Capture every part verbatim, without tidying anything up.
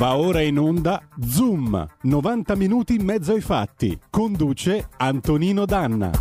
Va ora in onda Zoom, novanta minuti in mezzo ai fatti. Conduce Antonino Danna.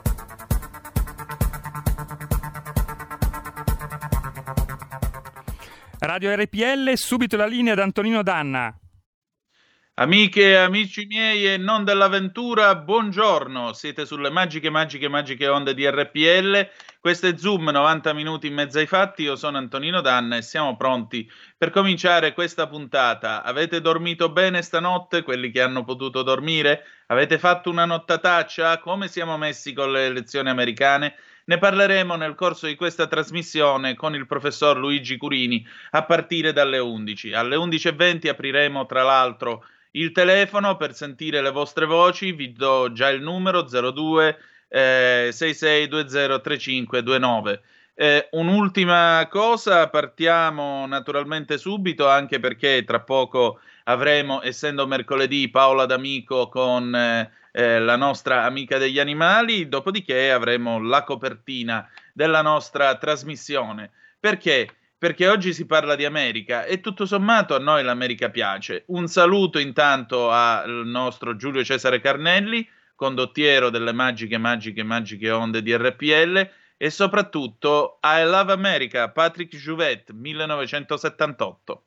Radio R P L, subito la linea ad Antonino Danna. Amiche e amici miei e non dell'avventura, buongiorno. Siete sulle magiche, magiche, magiche onde di R P L. Questo è Zoom, novanta minuti in mezzo ai fatti. Io sono Antonino Danna e siamo pronti per cominciare questa puntata. Avete dormito bene stanotte, quelli che hanno potuto dormire? Avete fatto una nottataccia? Come siamo messi con le elezioni americane? Ne parleremo nel corso di questa trasmissione con il professor Luigi Curini a partire dalle undici. Alle undici e venti apriremo tra l'altro il telefono per sentire le vostre voci. Vi do già il numero zero due eh, sei sei due zero tre cinque due nove. Eh, un'ultima cosa, partiamo naturalmente subito, anche perché tra poco avremo, essendo mercoledì, Paola D'Amico con eh, eh, la nostra amica degli animali, dopodiché avremo la copertina della nostra trasmissione. Perché? Perché oggi si parla di America e tutto sommato a noi l'America piace. Un saluto intanto al nostro Giulio Cesare Carnelli, condottiero delle magiche, magiche, magiche onde di R P L, e soprattutto I Love America, Patrick Jouvet, millenovecentosettantotto.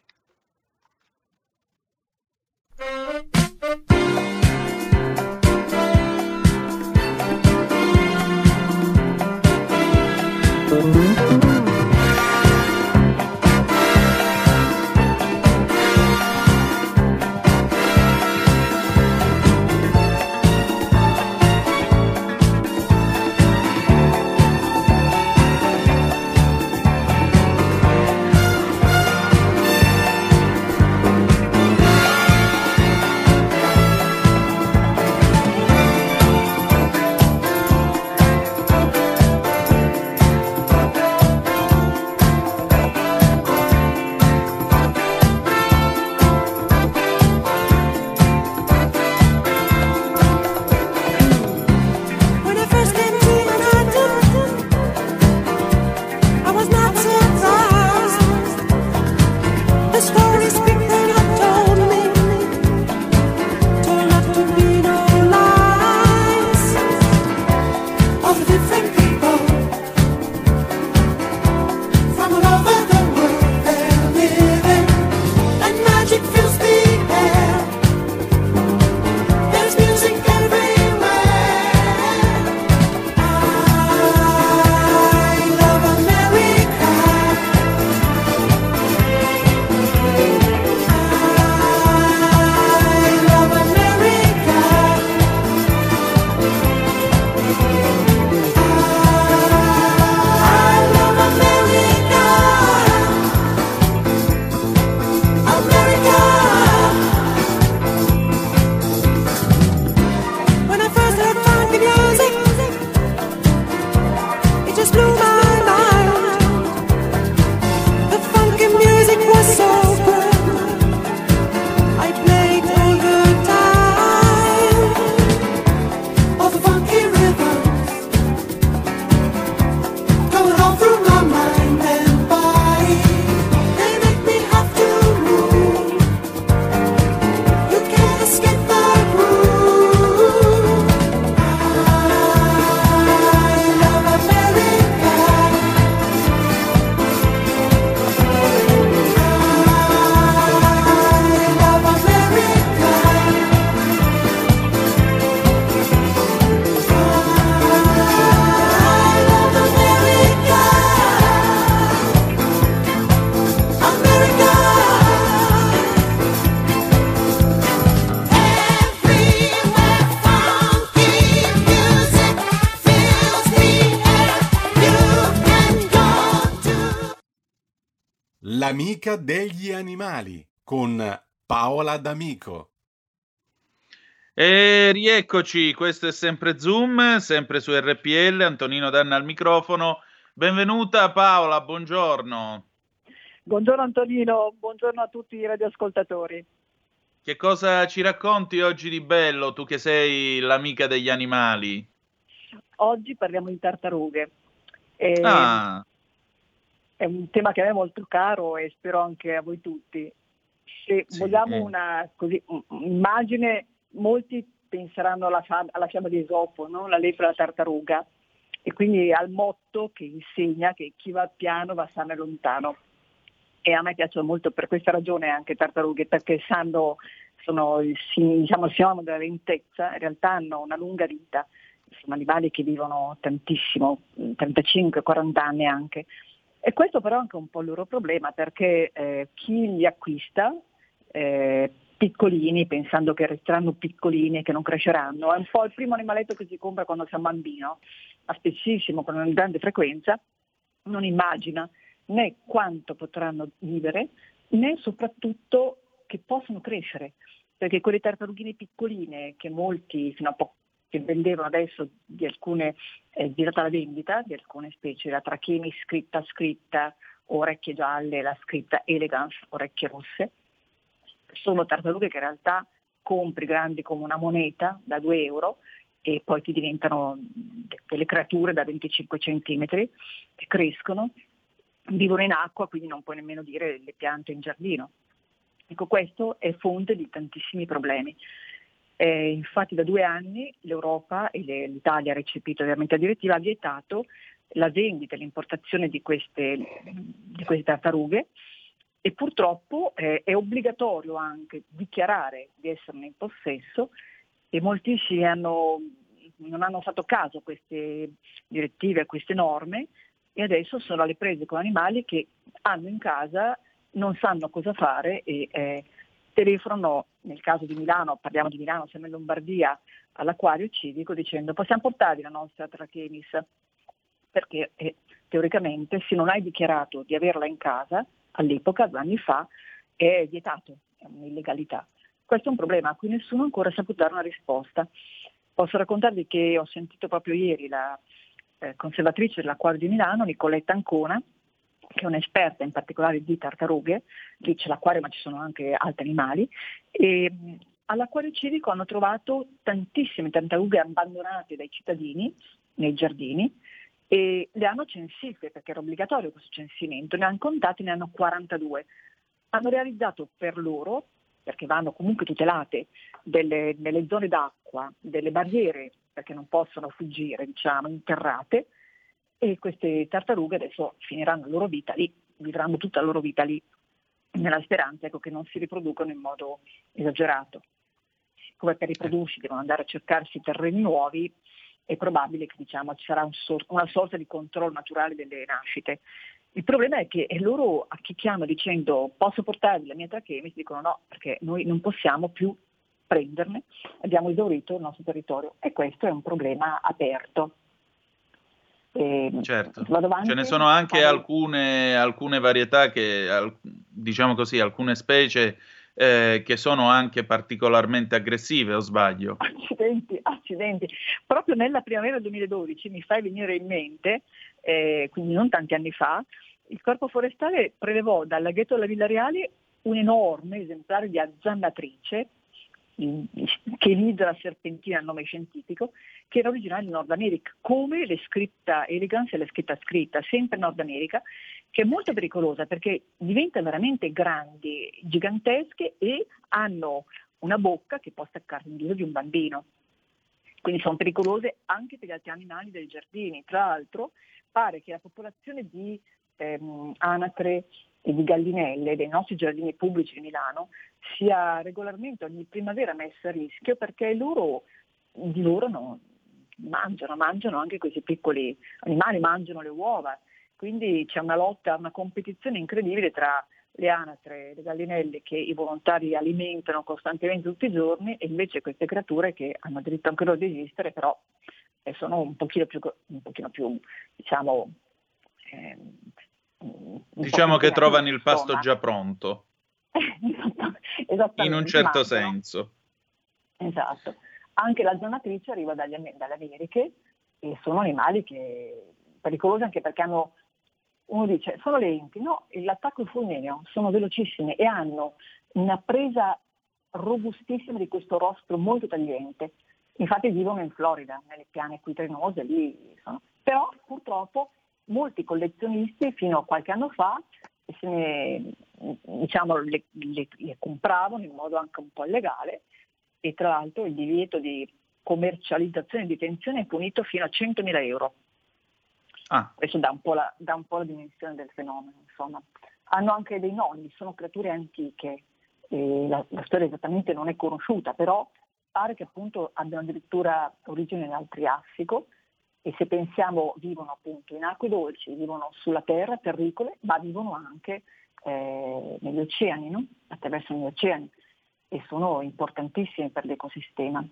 L'amica degli animali con Paola D'Amico. E rieccoci, questo è sempre Zoom, sempre su R P L, Antonino Danna al microfono. Benvenuta Paola, buongiorno. Buongiorno Antonino, buongiorno a tutti i radioascoltatori. Che cosa ci racconti oggi di bello, tu che sei l'amica degli animali? Oggi parliamo di tartarughe. E Ah. È un tema che a me è molto caro e spero anche a voi tutti. Se Sì, vogliamo eh. una così, un'immagine, molti penseranno alla, fa- alla fiaba di Esopo, no? La lepre e la tartaruga, e quindi al motto che insegna che chi va piano va sano e lontano. E a me piacciono molto per questa ragione anche tartarughe, perché sanno, sono il, sim- diciamo, il sinonimo della lentezza, in realtà hanno una lunga vita, sono animali che vivono tantissimo, trentacinque quaranta anni anche. E questo però è anche un po' il loro problema, perché eh, chi li acquista eh, piccolini, pensando che resteranno piccolini e che non cresceranno, è un po' il primo animaletto che si compra quando sei un bambino, ma spessissimo, con una grande frequenza, non immagina né quanto potranno vivere, né soprattutto che possono crescere, perché quelle tartarughine piccoline che molti fino a poco che vendevano adesso di alcune eh, girate alla vendita, di alcune specie, la trachemi scritta scritta, orecchie gialle, la scritta elegance, orecchie rosse, sono tartarughe che in realtà compri grandi come una moneta da due euro e poi ti diventano delle creature da venticinque centimetri che crescono, vivono in acqua, quindi non puoi nemmeno dire le piante in giardino. Ecco, questo è fonte di tantissimi problemi. Eh, infatti da due anni l'Europa e le, l'Italia ha recepito ovviamente la direttiva, ha vietato la vendita e l'importazione di queste, di queste tartarughe, e purtroppo eh, è obbligatorio anche dichiarare di esserne in possesso, e moltissimi hanno, non hanno fatto caso a queste direttive, a queste norme, e adesso sono alle prese con animali che hanno in casa, non sanno cosa fare e eh, telefonano, nel caso di Milano, parliamo di Milano, siamo in Lombardia, all'acquario civico dicendo possiamo portarvi la nostra Trachemis, perché eh, teoricamente se non hai dichiarato di averla in casa, all'epoca, due anni fa, è vietato, è un'illegalità. Questo è un problema a cui nessuno ancora ha saputo dare una risposta. Posso raccontarvi che ho sentito proprio ieri la eh, conservatrice dell'acquario di Milano, Nicoletta Ancona, che è un'esperta in particolare di tartarughe, lì c'è l'acquario ma ci sono anche altri animali, e mh, all'acquario civico hanno trovato tantissime tartarughe abbandonate dai cittadini nei giardini, e le hanno censite perché era obbligatorio questo censimento, ne hanno contate, ne hanno quarantadue. Hanno realizzato per loro, perché vanno comunque tutelate, delle, nelle zone d'acqua, delle barriere, perché non possono fuggire, diciamo, interrate, e queste tartarughe adesso finiranno la loro vita lì, vivranno tutta la loro vita lì, nella speranza, ecco, che non si riproducano in modo esagerato. Come per riprodursi devono andare a cercarsi terreni nuovi, è probabile che, diciamo, ci sarà un sor- una sorta di controllo naturale delle nascite. Il problema è che loro a chi chiamano dicendo posso portarvi la mia Trachemis, dicono no, perché noi non possiamo più prenderne, abbiamo esaurito il nostro territorio, e questo è un problema aperto. E Certo, vado avanti, ce ne sono anche parlo... alcune, alcune varietà che, al- diciamo così, alcune specie eh, che sono anche particolarmente aggressive, o sbaglio? Accidenti, accidenti. Proprio nella primavera duemiladodici mi fai venire in mente, eh, quindi non tanti anni fa, il Corpo Forestale prelevò dal laghetto della Villa Reale un enorme esemplare di azzannatrice, che elidra serpentina, il nome scientifico, che era originaria del Nord America, come le scritta elegance e la scritta scritta, sempre Nord America, che è molto pericolosa perché diventano veramente grandi, gigantesche, e hanno una bocca che può staccarsi il viso di un bambino. Quindi sono pericolose anche per gli altri animali dei giardini. Tra l'altro pare che la popolazione di ehm, anatre e di gallinelle dei nostri giardini pubblici di Milano sia regolarmente ogni primavera messa a rischio, perché loro divorano, mangiano, mangiano anche questi piccoli animali, mangiano le uova. Quindi c'è una lotta, una competizione incredibile tra le anatre e le gallinelle che i volontari alimentano costantemente tutti i giorni, e invece queste creature che hanno diritto anche loro di esistere, però eh, sono un pochino più, un pochino più diciamo, eh, Diciamo che trovano il pasto insomma. già pronto, Esattamente, in un certo mangiano. senso. Esatto. Anche la zannatrice arriva dagli, dalle Americhe, e sono animali che pericolosi anche perché hanno, uno dice, sono lenti, no, l'attacco è fulmineo, sono velocissimi e hanno una presa robustissima di questo rostro molto tagliente. Infatti vivono in Florida, nelle piane acquitrenose, lì sono. Però purtroppo molti collezionisti fino a qualche anno fa se ne, diciamo le, le, le compravano in modo anche un po' illegale, e tra l'altro il divieto di commercializzazione e detenzione è punito fino a centomila euro. Ah. Questo dà un, po' la, dà un po' la dimensione del fenomeno, insomma. Hanno anche dei nonni, sono creature antiche, e la, la storia esattamente non è conosciuta, però pare che appunto abbiano addirittura origine nel Triassico, e se pensiamo vivono appunto in acque dolci, vivono sulla terra, terricole, ma vivono anche eh, negli oceani, no? Attraverso gli oceani, e sono importantissimi per l'ecosistema.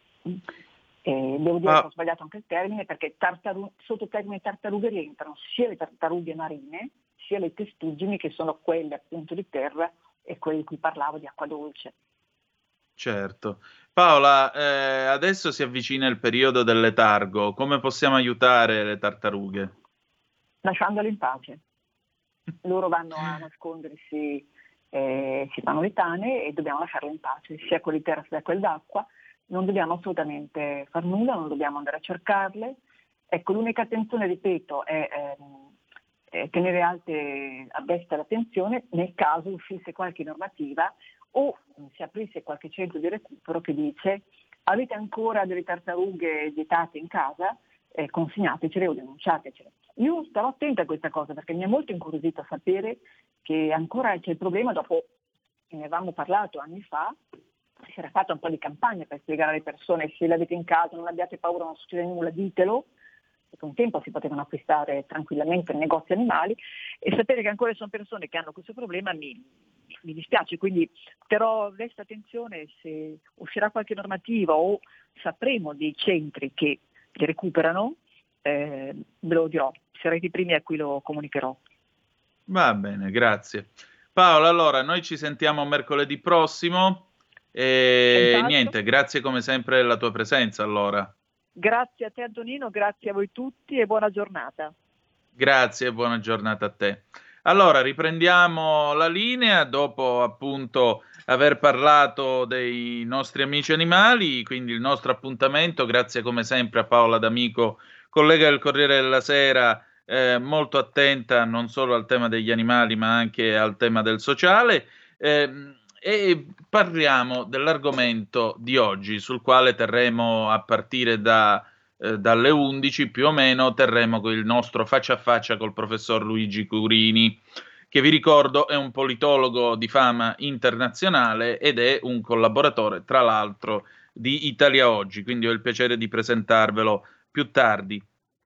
E devo dire ah. che ho sbagliato anche il termine, perché tartaru- sotto il termine tartarughe rientrano sia le tartarughe marine sia le testuggini, che sono quelle appunto di terra e quelle di cui parlavo di acqua dolce. Certo. Paola, eh, adesso si avvicina il periodo del letargo, come possiamo aiutare le tartarughe? Lasciandole in pace. Loro vanno a nascondersi, eh, si fanno le tane e dobbiamo lasciarle in pace, sia quelli di terra sia quelli d'acqua. Non dobbiamo assolutamente far nulla, non dobbiamo andare a cercarle. Ecco, l'unica attenzione, ripeto, è, ehm, è tenere alte a destra l'attenzione nel caso uscisse qualche normativa o si aprisse qualche centro di recupero che dice: avete ancora delle tartarughe vietate in casa, eh, consegnatecele o denunciatecele. Io starò attenta a questa cosa, perché mi è molto incuriosito sapere che ancora c'è il problema. Dopo, ne avevamo parlato anni fa, si era fatta un po' di campagna per spiegare alle persone: se l'avete in casa non abbiate paura, non succede nulla, ditelo. Perché un tempo si potevano acquistare tranquillamente nei negozi animali, e sapere che ancora ci sono persone che hanno questo problema mi, mi dispiace. Quindi però resta attenzione, se uscirà qualche normativa o sapremo dei centri che li recuperano, eh, ve lo dirò, sarete i primi a cui lo comunicherò. Va bene, grazie. Paola, allora noi ci sentiamo mercoledì prossimo. E esatto. Niente, grazie come sempre della tua presenza, allora. Grazie a te Antonino, grazie a voi tutti e buona giornata. Grazie e buona giornata a te. Allora, riprendiamo la linea dopo appunto aver parlato dei nostri amici animali, quindi il nostro appuntamento, grazie come sempre a Paola D'Amico, collega del Corriere della Sera, eh, molto attenta non solo al tema degli animali ma anche al tema del sociale. Eh, E parliamo dell'argomento di oggi, sul quale terremo a partire da, eh, dalle undici più o meno, terremo il nostro faccia a faccia col professor Luigi Curini, che vi ricordo è un politologo di fama internazionale ed è un collaboratore, tra l'altro, di Italia Oggi, quindi ho il piacere di presentarvelo più tardi.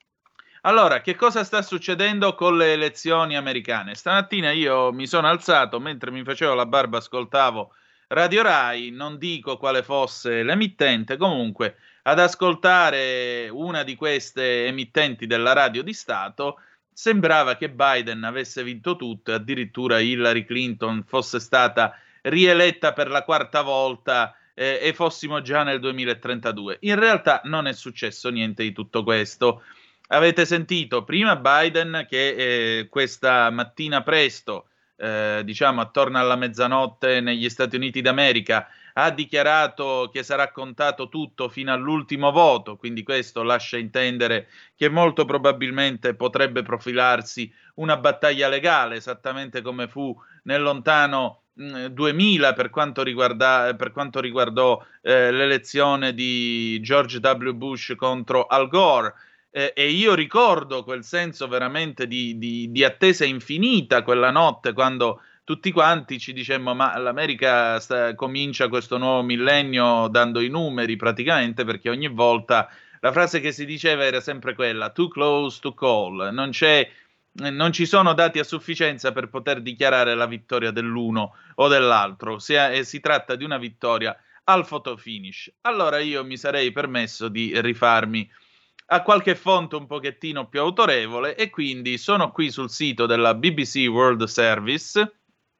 Allora, che cosa sta succedendo con le elezioni americane? Stamattina io mi sono alzato, mentre mi facevo la barba ascoltavo Radio Rai, non dico quale fosse l'emittente, comunque ad ascoltare una di queste emittenti della radio di Stato sembrava che Biden avesse vinto tutto e addirittura Hillary Clinton fosse stata rieletta per la quarta volta eh, e fossimo già nel duemilatrentadue. In realtà non è successo niente di tutto questo. Avete sentito prima Biden che eh, questa mattina presto, eh, diciamo attorno alla mezzanotte negli Stati Uniti d'America, ha dichiarato che sarà contato tutto fino all'ultimo voto, quindi questo lascia intendere che molto probabilmente potrebbe profilarsi una battaglia legale, esattamente come fu nel lontano mh, duemila per quanto, riguarda, per quanto riguardò eh, l'elezione di George W. Bush contro Al Gore. Eh, e io ricordo quel senso veramente di, di, di attesa infinita quella notte, quando tutti quanti ci dicemmo: ma l'America sta, comincia questo nuovo millennio dando i numeri praticamente, perché ogni volta la frase che si diceva era sempre quella: too close to call, non c'è, non ci sono dati a sufficienza per poter dichiarare la vittoria dell'uno o dell'altro, si, è, si tratta di una vittoria al photo finish. Allora io mi sarei permesso di rifarmi a qualche fonte un pochettino più autorevole, e quindi sono qui sul sito della B B C World Service,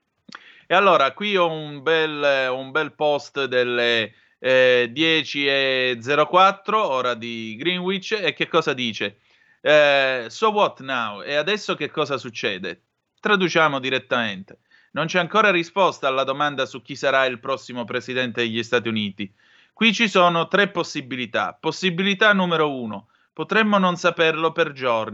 e allora qui ho un bel, un bel post delle eh, dieci e zero quattro ora di Greenwich, e che cosa dice? Eh, so what now? E adesso che cosa succede? Traduciamo direttamente. Non c'è ancora risposta alla domanda su chi sarà il prossimo presidente degli Stati Uniti. Qui ci sono tre possibilità. Possibilità numero uno: potremmo non saperlo per giorni.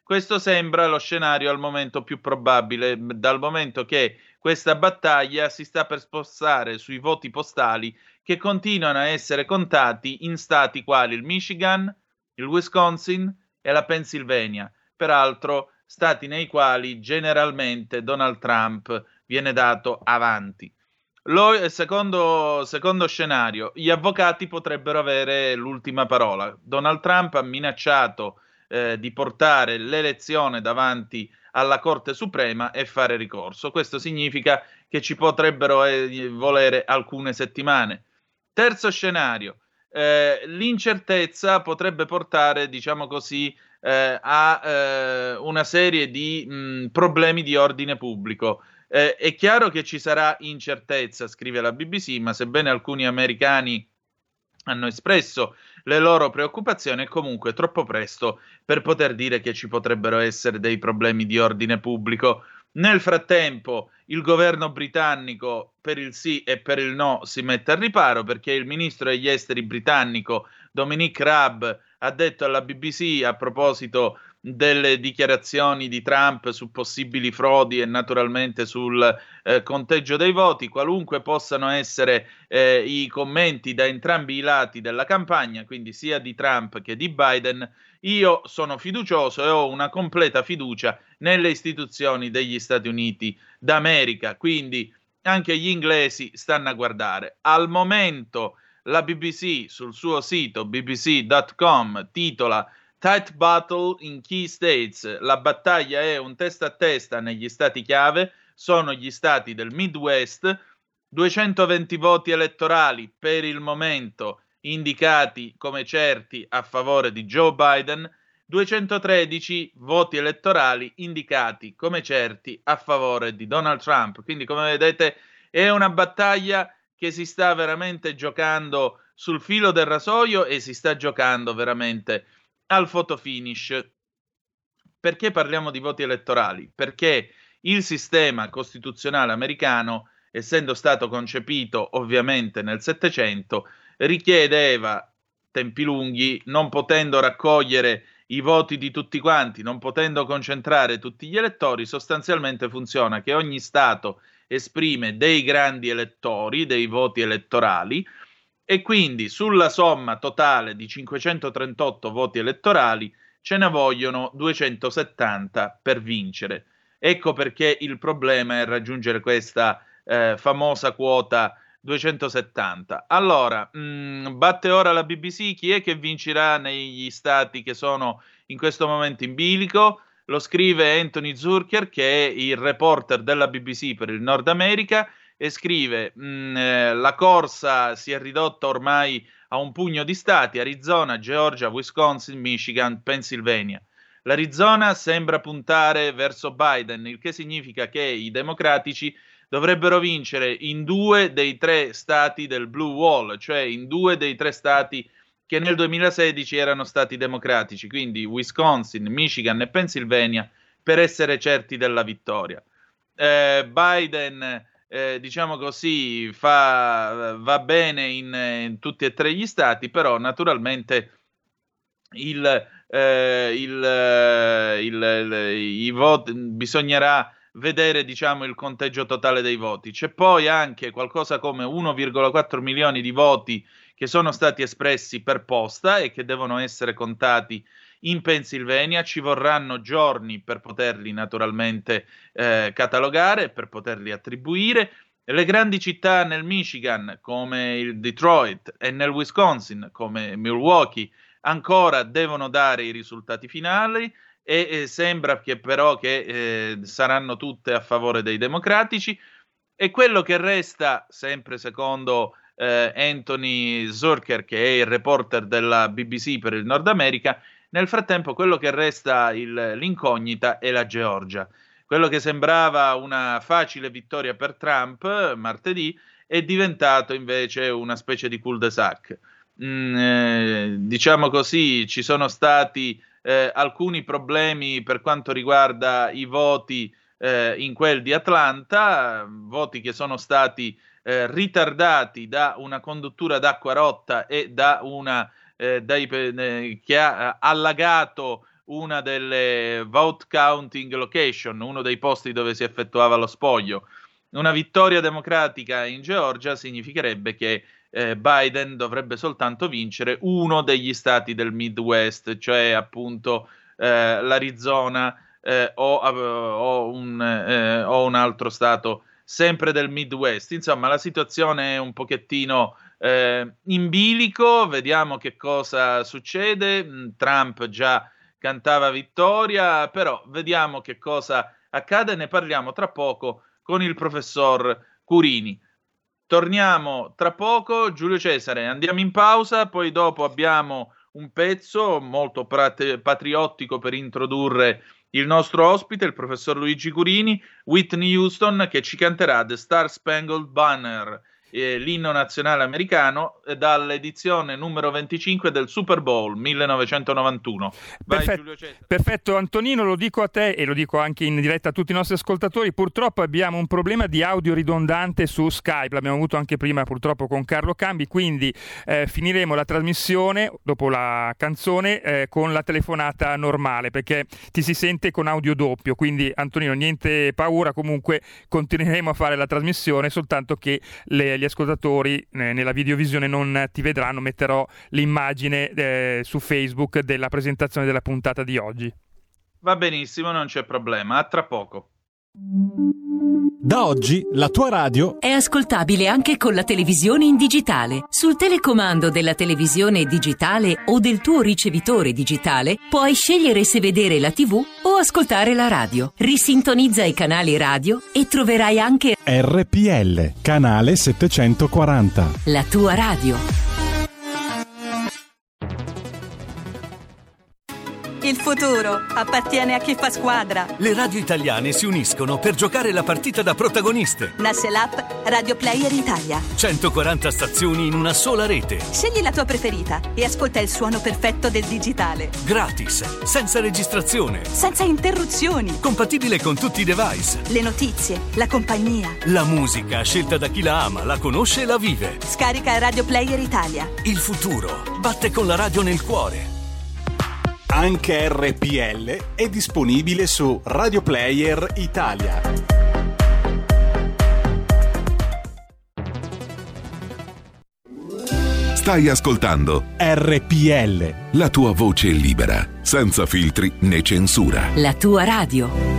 Questo sembra lo scenario al momento più probabile, dal momento che questa battaglia si sta per spostare sui voti postali che continuano a essere contati in stati quali il Michigan, il Wisconsin e la Pennsylvania, peraltro stati nei quali generalmente Donald Trump viene dato avanti. Lo, secondo, secondo scenario, gli avvocati potrebbero avere l'ultima parola. Donald Trump ha minacciato eh, di portare l'elezione davanti alla Corte Suprema e fare ricorso. Questo significa che ci potrebbero eh, volere alcune settimane. Terzo scenario, eh, l'incertezza potrebbe portare, diciamo così, eh, a eh, una serie di mh, problemi di ordine pubblico. Eh, è chiaro che ci sarà incertezza, scrive la B B C, ma sebbene alcuni americani hanno espresso le loro preoccupazioni, è comunque troppo presto per poter dire che ci potrebbero essere dei problemi di ordine pubblico. Nel frattempo, il governo britannico per il sì e per il no si mette al riparo, perché il ministro degli esteri britannico Dominic Raab ha detto alla B B C a proposito delle dichiarazioni di Trump su possibili frodi e naturalmente sul eh, conteggio dei voti, qualunque possano essere eh, i commenti da entrambi i lati della campagna, quindi sia di Trump che di Biden, io sono fiducioso e ho una completa fiducia nelle istituzioni degli Stati Uniti d'America, quindi anche gli inglesi stanno a guardare. Al momento la B B C sul suo sito b b c punto com titola Tight Battle in Key States, la battaglia è un testa a testa negli stati chiave, sono gli stati del Midwest, duecentoventi voti elettorali per il momento indicati come certi a favore di Joe Biden, duecentotredici voti elettorali indicati come certi a favore di Donald Trump. Quindi, come vedete, è una battaglia che si sta veramente giocando sul filo del rasoio e si sta giocando veramente al photo finish. Perché parliamo di voti elettorali? Perché il sistema costituzionale americano, essendo stato concepito ovviamente nel Settecento, richiedeva tempi lunghi, non potendo raccogliere i voti di tutti quanti, non potendo concentrare tutti gli elettori. Sostanzialmente funziona che ogni stato esprime dei grandi elettori, dei voti elettorali, e quindi sulla somma totale di cinquecentotrentotto voti elettorali ce ne vogliono duecentosettanta per vincere. Ecco perché il problema è raggiungere questa eh, famosa quota duecentosettanta. Allora, mh, batte ora la B B C, chi è che vincerà negli stati che sono in questo momento in bilico? Lo scrive Anthony Zurcher, che è il reporter della B B C per il Nord America, e scrive mh, eh, la corsa si è ridotta ormai a un pugno di stati: Arizona, Georgia, Wisconsin, Michigan, Pennsylvania. L'Arizona sembra puntare verso Biden, il che significa che i democratici dovrebbero vincere in due dei tre stati del Blue Wall, cioè in due dei tre stati che nel duemilasedici erano stati democratici, quindi Wisconsin, Michigan e Pennsylvania, per essere certi della vittoria. Eh, Biden Eh, diciamo così, fa, va bene in, in tutti e tre gli stati, però naturalmente il, eh, il, il, il, i voti, bisognerà vedere, diciamo, il conteggio totale dei voti. C'è poi anche qualcosa come uno virgola quattro milioni di voti che sono stati espressi per posta e che devono essere contati in Pennsylvania. Ci vorranno giorni per poterli naturalmente eh, catalogare, per poterli attribuire. Le grandi città nel Michigan, come il Detroit, e nel Wisconsin, come Milwaukee, ancora devono dare i risultati finali e eh, sembra che però che eh, saranno tutte a favore dei democratici. E quello che resta, sempre secondo eh, Anthony Zurcher, che è il reporter della B B C per il Nord America, nel frattempo quello che resta il, l'incognita è la Georgia. Quello che sembrava una facile vittoria per Trump martedì è diventato invece una specie di cul-de-sac. Mm, eh, diciamo così, ci sono stati eh, alcuni problemi per quanto riguarda i voti eh, in quel di Atlanta, voti che sono stati eh, ritardati da una conduttura d'acqua rotta e da una Eh, dai, eh, che ha allagato una delle vote counting location, uno dei posti dove si effettuava lo spoglio. Una vittoria democratica in Georgia significherebbe che eh, Biden dovrebbe soltanto vincere uno degli stati del Midwest, cioè appunto eh, l'Arizona eh, o, o, un, eh, o un altro stato sempre del Midwest. Insomma, la situazione è un pochettino eh, in bilico, vediamo che cosa succede. Trump già cantava vittoria, però vediamo che cosa accade, ne parliamo tra poco con il professor Curini. Torniamo tra poco. Giulio Cesare, andiamo in pausa, poi dopo abbiamo un pezzo molto pat- patriottico per introdurre il nostro ospite, il professor Luigi Curini, Whitney Houston, che ci canterà The Star Spangled Banner, eh, l'inno nazionale americano, eh, dall'edizione numero venticinque del Super Bowl millenovecentonovantuno. Vai, Perfetto, Giulio Cesare. perfetto Antonino, lo dico a te e lo dico anche in diretta a tutti i nostri ascoltatori. Purtroppo abbiamo un problema di audio ridondante su Skype, l'abbiamo avuto anche prima purtroppo con Carlo Cambi, quindi eh, finiremo la trasmissione dopo la canzone eh, con la telefonata normale, perché ti si sente con audio doppio. Quindi Antonino, niente paura, comunque continueremo a fare la trasmissione, soltanto che le, gli ascoltatori eh, nella videovisione non ti vedranno. Metterò l'immagine eh, su Facebook della presentazione della puntata di oggi. Va benissimo, non c'è problema, a tra poco. Da oggi la tua radio è ascoltabile anche con la televisione in digitale. Sul telecomando della televisione digitale o del tuo ricevitore digitale puoi scegliere se vedere la tivù o ascoltare la radio. Risintonizza i canali radio e troverai anche R P L, canale settecentoquaranta. la tua radio. Il futuro appartiene a chi fa squadra. Le radio italiane si uniscono per giocare la partita da protagoniste. Nasce l'app Radio Player Italia. centoquaranta stazioni in una sola rete. Scegli la tua preferita e ascolta il suono perfetto del digitale. Gratis, senza registrazione. Senza interruzioni. Compatibile con tutti i device. Le notizie, la compagnia. La musica scelta da chi la ama, la conosce e la vive. Scarica Radio Player Italia. Il futuro batte con la radio nel cuore. Anche R P L è disponibile su Radio Player Italia. Stai ascoltando R P L, la tua voce libera, senza filtri né censura. La tua radio.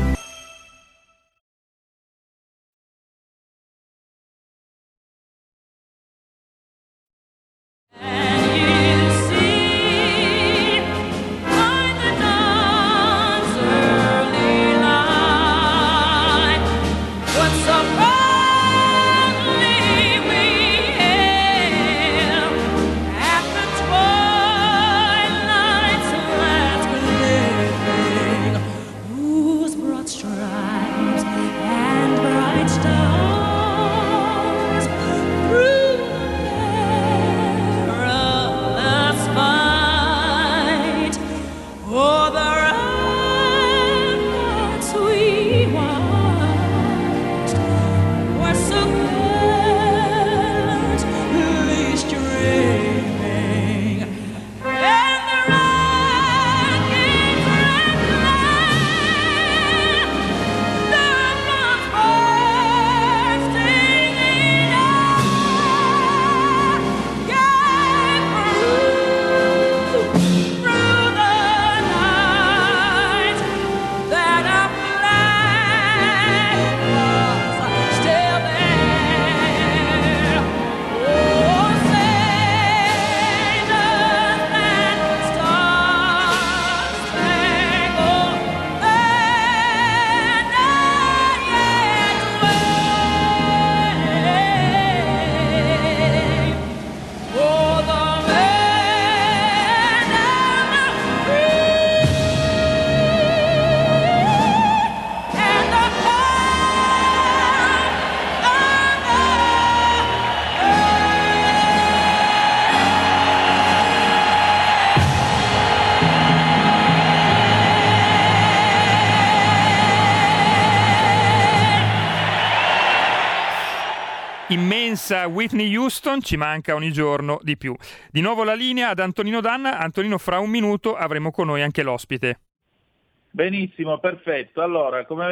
Immensa Whitney Houston, ci manca ogni giorno di più. Di nuovo la linea ad Antonino Danna. Antonino, fra un minuto avremo con noi anche l'ospite. Benissimo, perfetto. Allora, come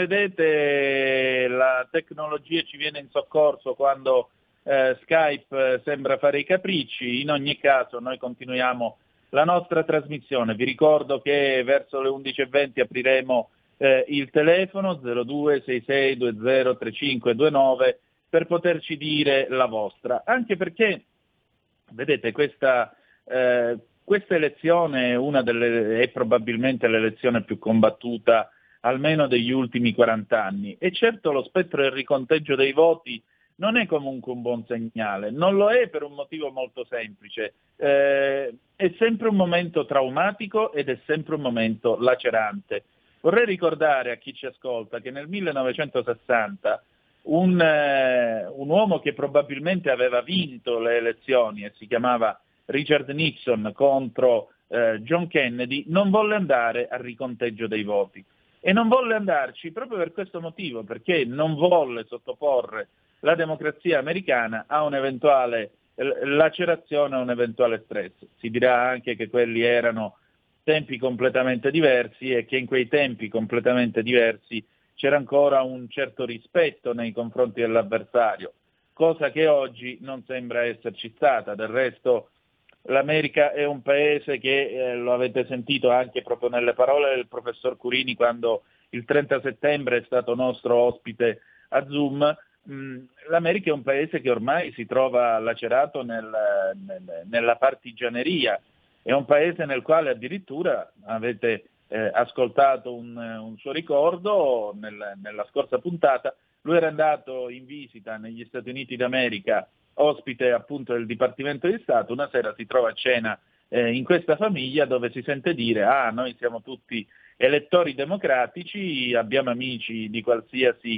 vedete la tecnologia ci viene in soccorso quando eh, Skype sembra fare i capricci. In ogni caso noi continuiamo la nostra trasmissione. Vi ricordo che verso le undici e venti apriremo eh, il telefono zero due sei sei due zero tre cinque due nove per poterci dire la vostra. Anche perché, vedete, questa... Eh, Questa elezione è una delle, è probabilmente l'elezione più combattuta almeno degli ultimi quaranta anni e certo lo spettro del riconteggio dei voti non è comunque un buon segnale, non lo è per un motivo molto semplice, eh, è sempre un momento traumatico ed è sempre un momento lacerante. Vorrei ricordare a chi ci ascolta che nel millenovecentosessanta un, eh, un uomo che probabilmente aveva vinto le elezioni e si chiamava Richard Nixon contro eh, John Kennedy non volle andare al riconteggio dei voti e non volle andarci proprio per questo motivo, perché non volle sottoporre la democrazia americana a un'eventuale eh, lacerazione, a un eventuale stress. Si dirà anche che quelli erano tempi completamente diversi e che in quei tempi completamente diversi c'era ancora un certo rispetto nei confronti dell'avversario, cosa che oggi non sembra esserci stata. Del resto l'America è un paese che, eh, lo avete sentito anche proprio nelle parole del professor Curini quando il trenta settembre è stato nostro ospite a Zoom, mh, l'America è un paese che ormai si trova lacerato nel, nel, nella partigianeria, è un paese nel quale addirittura avete eh, ascoltato un, un suo ricordo nel, nella scorsa puntata, lui era andato in visita negli Stati Uniti d'America ospite appunto del Dipartimento di Stato, una sera si trova a cena eh, in questa famiglia dove si sente dire ah noi siamo tutti elettori democratici, abbiamo amici di qualsiasi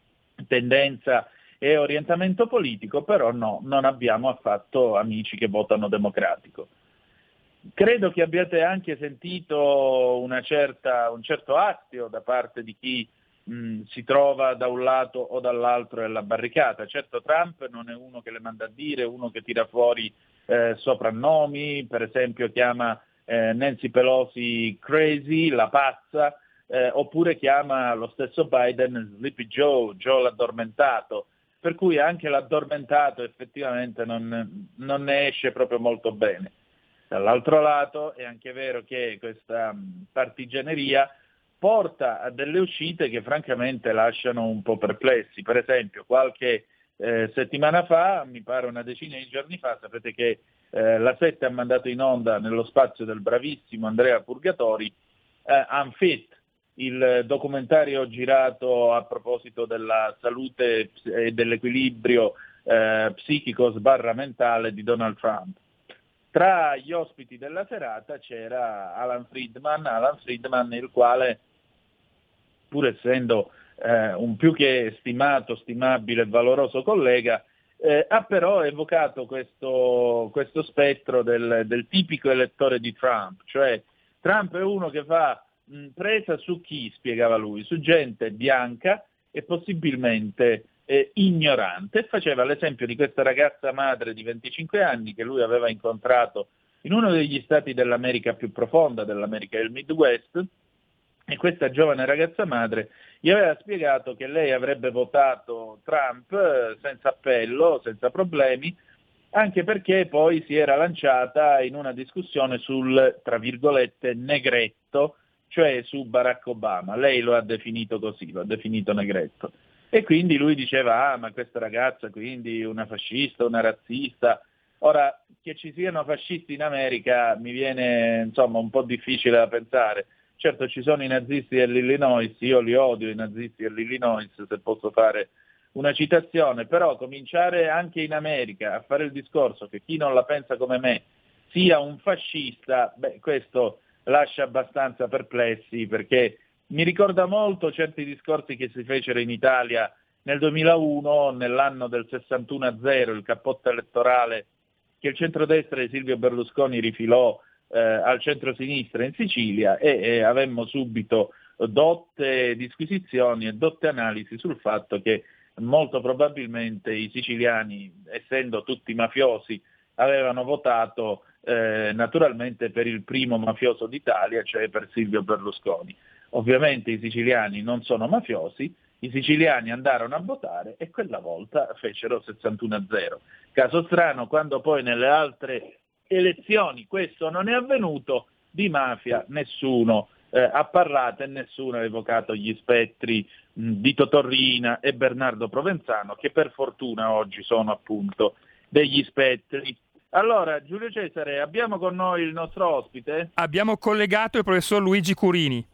tendenza e orientamento politico, però no, non abbiamo affatto amici che votano democratico. Credo che abbiate anche sentito una certa, un certo astio da parte di chi mh, si trova da un lato o dall'altro della barricata. Certo Trump non è uno che le manda a dire, uno che tira fuori eh, soprannomi, per esempio chiama eh, Nancy Pelosi crazy, la pazza, eh, oppure chiama lo stesso Biden Sleepy Joe, Joe l'addormentato, per cui anche l'addormentato effettivamente non, non ne esce proprio molto bene. Dall'altro lato è anche vero che questa partigianeria porta a delle uscite che francamente lasciano un po' perplessi. Per esempio, qualche eh, settimana fa, mi pare una decina di giorni fa, sapete che eh, la sette ha mandato in onda nello spazio del bravissimo Andrea Purgatori eh, Unfit, il documentario girato a proposito della salute e dell'equilibrio eh, psichico sbarra mentale di Donald Trump. Tra gli ospiti della serata c'era Alan Friedman, Alan Friedman il quale, pur essendo eh, un più che stimato, stimabile e valoroso collega, eh, ha però evocato questo, questo spettro del, del tipico elettore di Trump, cioè Trump è uno che fa mh, presa su chi, spiegava lui, su gente bianca e possibilmente Eh, ignorante. Faceva l'esempio di questa ragazza madre di venticinque anni che lui aveva incontrato in uno degli stati dell'America più profonda, dell'America del Midwest, e questa giovane ragazza madre gli aveva spiegato che lei avrebbe votato Trump eh, senza appello, senza problemi, anche perché poi si era lanciata in una discussione sul, tra virgolette, negretto, cioè su Barack Obama. Lei lo ha definito così, lo ha definito negretto. E quindi lui diceva, ah ma questa ragazza quindi una fascista, una razzista. Ora, che ci siano fascisti in America mi viene insomma un po' difficile da pensare. Certo ci sono i nazisti dell'Illinois, io li odio i nazisti dell'Illinois, se posso fare una citazione, però cominciare anche in America a fare il discorso che chi non la pensa come me sia un fascista, beh questo lascia abbastanza perplessi, perché mi ricorda molto certi discorsi che si fecero in Italia nel duemilauno, nell'anno del sessantuno a zero, il cappotto elettorale che il centrodestra di Silvio Berlusconi rifilò eh, al centro-sinistra in Sicilia e, e avemmo subito dotte disquisizioni e dotte analisi sul fatto che molto probabilmente i siciliani, essendo tutti mafiosi, avevano votato eh, naturalmente per il primo mafioso d'Italia, cioè per Silvio Berlusconi. Ovviamente i siciliani non sono mafiosi, i siciliani andarono a votare e quella volta fecero sessantuno a zero. Caso strano, quando poi nelle altre elezioni questo non è avvenuto, di mafia nessuno eh, ha parlato e nessuno ha evocato gli spettri mh, di Totorrina e Bernardo Provenzano, che per fortuna oggi sono appunto degli spettri. Allora, Giulio Cesare, abbiamo con noi il nostro ospite? Abbiamo collegato il professor Luigi Curini.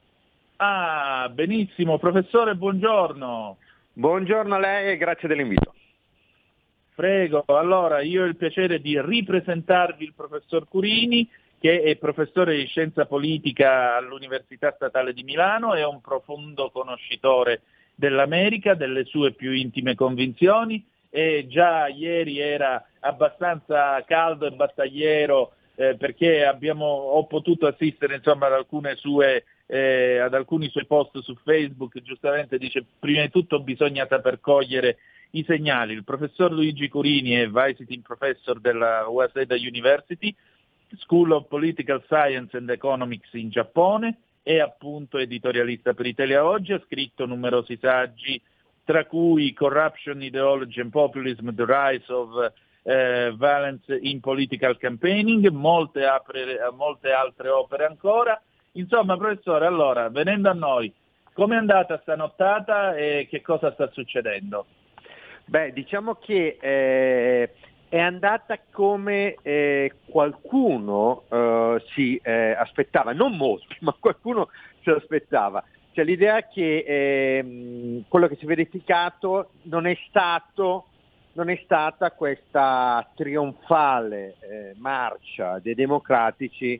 Ah, benissimo, professore, buongiorno. Buongiorno a lei e grazie dell'invito. Prego, allora io ho il piacere di ripresentarvi il professor Curini, che è professore di scienza politica all'Università Statale di Milano, è un profondo conoscitore dell'America, delle sue più intime convinzioni, e già ieri era abbastanza caldo e battagliero eh, perché abbiamo, ho potuto assistere insomma ad alcune sue eh, ad alcuni suoi post su Facebook. Giustamente dice: prima di tutto bisogna saper cogliere i segnali. Il professor Luigi Curini è Visiting Professor della Waseda University, School of Political Science and Economics in Giappone, è appunto editorialista per Italia Oggi, ha scritto numerosi saggi, tra cui Corruption, Ideology and Populism, The Rise of eh, Violence in Political Campaigning, molte, apre, molte altre opere ancora. Insomma, professore, allora, venendo a noi, com'è andata sta nottata e che cosa sta succedendo? Beh, diciamo che eh, è andata come eh, qualcuno eh, si eh, aspettava, non molti, ma qualcuno si aspettava. Cioè l'idea che eh, quello che si è verificato non è stato, non è stata questa trionfale eh, marcia dei democratici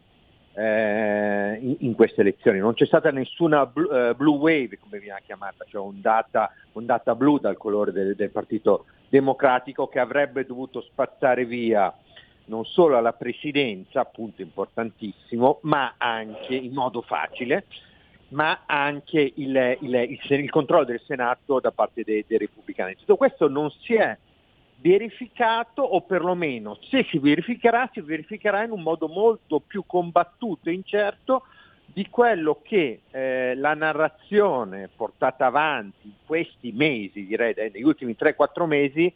eh, in, in queste elezioni. Non c'è stata nessuna blu, eh, blue wave, come viene chiamata, cioè ondata, ondata blu dal colore del, del Partito Democratico, che avrebbe dovuto spazzare via non solo la presidenza, punto importantissimo, ma anche in modo facile, ma anche il, il, il, il controllo del Senato da parte dei, dei repubblicani. Tutto questo non si è verificato, o perlomeno se si verificherà, si verificherà in un modo molto più combattuto e incerto di quello che eh, la narrazione portata avanti in questi mesi, direi negli ultimi tre quattro mesi,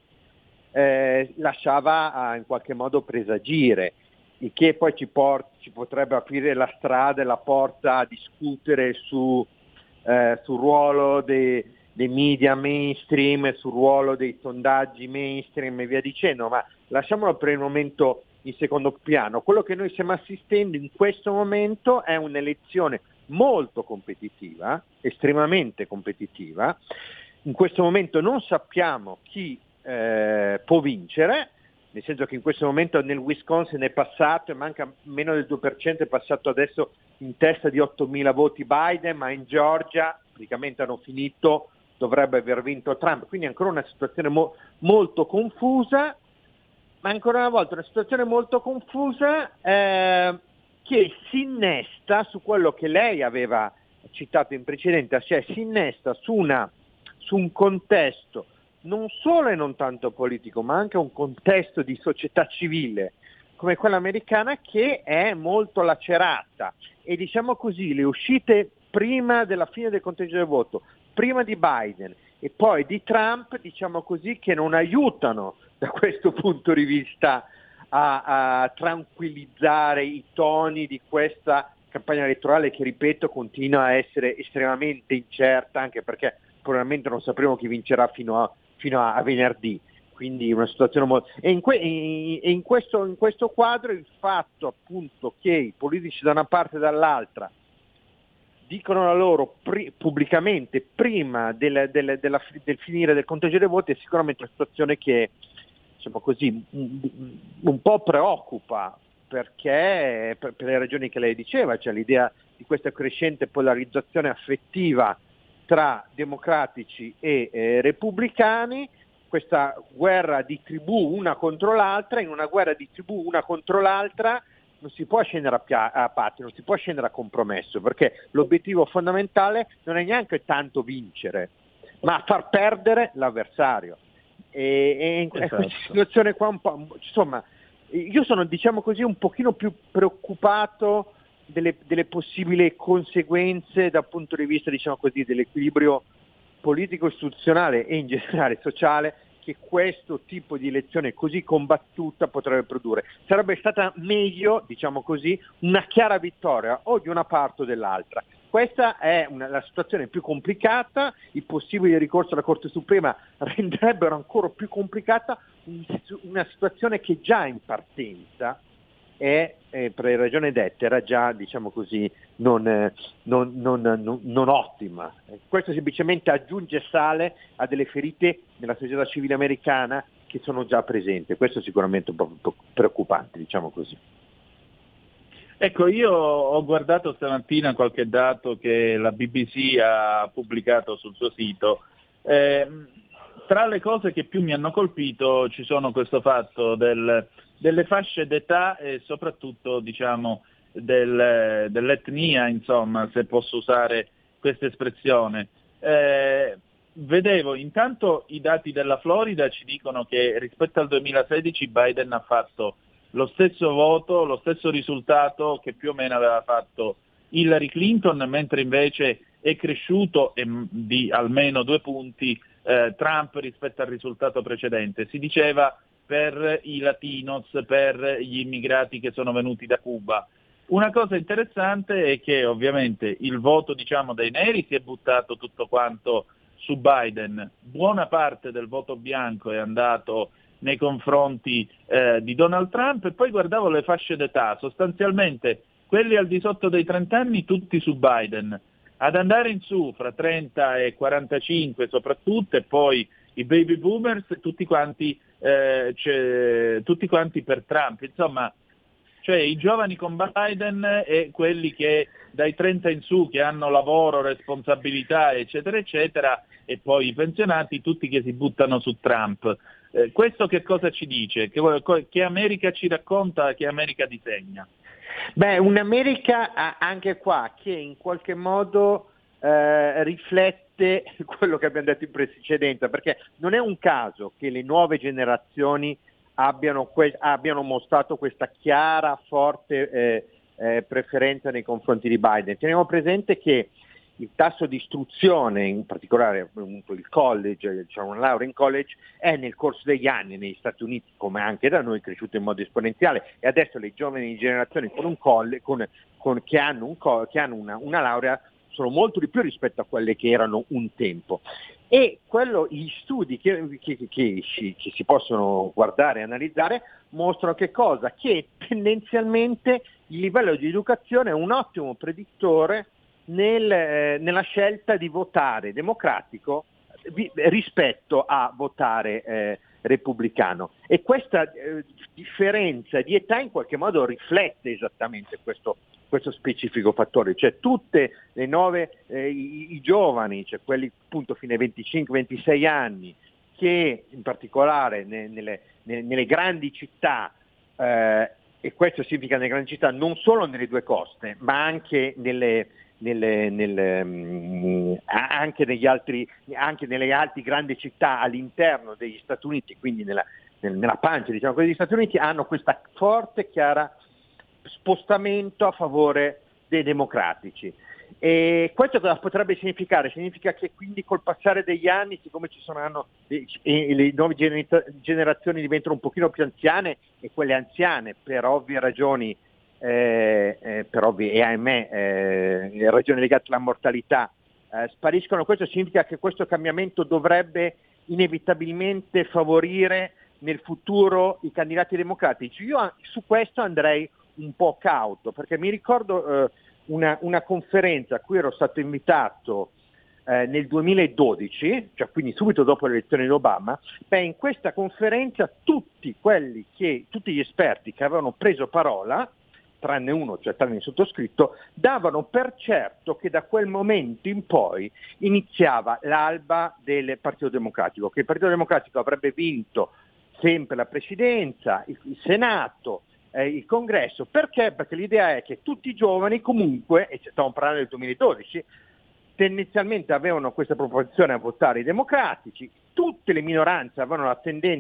eh, lasciava eh, in qualche modo presagire, il che poi ci, port- ci potrebbe aprire la strada e la porta a discutere su, eh, sul ruolo dei, dei media mainstream, sul ruolo dei sondaggi mainstream e via dicendo, ma lasciamolo per il momento in secondo piano. Quello che noi stiamo assistendo in questo momento è un'elezione molto competitiva, estremamente competitiva. In questo momento non sappiamo chi eh, può vincere, nel senso che in questo momento nel Wisconsin è passato e manca meno del due per cento, è passato adesso in testa di ottomila voti Biden, ma in Georgia praticamente hanno finito, dovrebbe aver vinto Trump, quindi ancora una situazione mo- molto confusa, ma ancora una volta una situazione molto confusa eh, che si innesta su quello che lei aveva citato in precedenza, cioè si innesta su, una, su un contesto non solo e non tanto politico, ma anche un contesto di società civile come quella americana, che è molto lacerata, e diciamo così le uscite prima della fine del conteggio del voto, prima di Biden e poi di Trump, diciamo così, che non aiutano da questo punto di vista a, a tranquillizzare i toni di questa campagna elettorale, che ripeto continua a essere estremamente incerta, anche perché probabilmente non sapremo chi vincerà fino a fino a, a venerdì, quindi una situazione molto... E in, que... in, in, questo, in questo quadro il fatto appunto che i politici da una parte e dall'altra dicono la loro pri... pubblicamente prima del, del, della, del finire del conteggio dei voti è sicuramente una situazione che, diciamo così, un, un po' preoccupa, perché per, per le ragioni che lei diceva, cioè l'idea di questa crescente polarizzazione affettiva tra democratici e eh, repubblicani, questa guerra di tribù una contro l'altra. In una guerra di tribù una contro l'altra non si può scendere a, pia- a patti, non si può scendere a compromesso, perché l'obiettivo fondamentale non è neanche tanto vincere, ma far perdere l'avversario. E, e in esatto. Questa situazione qua un po', insomma, io sono, diciamo così, un pochino più preoccupato delle, delle possibili conseguenze dal punto di vista, diciamo così, dell'equilibrio politico-istituzionale e in generale sociale che questo tipo di elezione così combattuta potrebbe produrre. Sarebbe stata meglio, diciamo così, una chiara vittoria o di una parte o dell'altra. Questa è una, la situazione più complicata, i possibili ricorsi alla Corte Suprema renderebbero ancora più complicata una situazione che già in partenza è, eh, per le ragioni dette, era già, diciamo così, non, eh, non, non, non, non ottima. Questo semplicemente aggiunge sale a delle ferite nella società civile americana che sono già presenti. Questo è sicuramente un po' preoccupante, diciamo così. Ecco, io ho guardato stamattina qualche dato che la B B C ha pubblicato sul suo sito. Eh, tra le cose che più mi hanno colpito ci sono questo fatto del, delle fasce d'età e soprattutto, diciamo, del, dell'etnia, insomma, se posso usare questa espressione. Eh, vedevo intanto i dati della Florida ci dicono che rispetto al duemilasedici Biden ha fatto lo stesso voto, lo stesso risultato che più o meno aveva fatto Hillary Clinton, mentre invece è cresciuto di almeno due punti eh, Trump rispetto al risultato precedente. Si diceva per i latinos, per gli immigrati che sono venuti da Cuba. Una cosa interessante è che ovviamente il voto, diciamo, dei neri si è buttato tutto quanto su Biden, buona parte del voto bianco è andato nei confronti eh, di Donald Trump, e poi guardavo le fasce d'età, sostanzialmente quelli al di sotto dei trenta anni tutti su Biden, ad andare in su fra trenta e quarantacinque soprattutto, e poi i baby boomers tutti quanti, eh, cioè, tutti quanti per Trump, insomma, cioè i giovani con Biden e quelli che dai trenta in su che hanno lavoro, responsabilità eccetera eccetera, e poi i pensionati tutti che si buttano su Trump. Eh, questo che cosa ci dice? Che, che America ci racconta, che America disegna? Beh, un'America anche qua che in qualche modo eh, riflette quello che abbiamo detto in precedenza, perché non è un caso che le nuove generazioni abbiano, que- abbiano mostrato questa chiara, forte eh, eh, preferenza nei confronti di Biden. Teniamo presente che il tasso di istruzione, in particolare il college, diciamo una laurea in college, è nel corso degli anni negli Stati Uniti, come anche da noi, cresciuto in modo esponenziale, e adesso le giovani generazioni con un college, con, con, che hanno, un co- che hanno una, una laurea sono molto di più rispetto a quelle che erano un tempo. E quello, gli studi che, che, che, che, si, che si possono guardare e analizzare mostrano che cosa? Che tendenzialmente il livello di educazione è un ottimo predittore Nel, eh, nella scelta di votare democratico vi, rispetto a votare eh, repubblicano, e questa eh, differenza di età in qualche modo riflette esattamente questo, questo specifico fattore, cioè tutte le nuove, eh, i, i giovani, cioè quelli appunto fino ai venticinque ventisei anni, che in particolare ne, nelle, ne, nelle grandi città, eh, e questo significa nelle grandi città non solo nelle due coste, ma anche nelle Nelle, nelle, um, anche, negli altri, anche nelle altre grandi città all'interno degli Stati Uniti, quindi nella, nella pancia, diciamo, degli Stati Uniti, hanno questa forte, chiara spostamento a favore dei democratici. E questo cosa potrebbe significare? Significa che quindi col passare degli anni, siccome ci sono e, e le nuove generazioni diventano un pochino più anziane, e quelle anziane per ovvie ragioni Eh, eh, per ovvie e ahimè eh, ragioni legate alla mortalità eh, spariscono. Questo significa che questo cambiamento dovrebbe inevitabilmente favorire nel futuro i candidati democratici. Io su questo andrei un po' cauto, perché mi ricordo eh, una, una conferenza a cui ero stato invitato eh, nel duemiladodici, cioè quindi subito dopo l'elezione di Obama. Beh, in questa conferenza tutti quelli che tutti gli esperti che avevano preso parola, tranne uno, cioè tranne il sottoscritto, davano per certo che da quel momento in poi iniziava l'alba del Partito Democratico, che il Partito Democratico avrebbe vinto sempre la presidenza, il, il Senato, eh, il Congresso. Perché? Perché l'idea è che tutti i giovani comunque, e stiamo parlando del duemiladodici, tendenzialmente avevano questa proporzione a votare i democratici, tutte le minoranze avevano la tendenza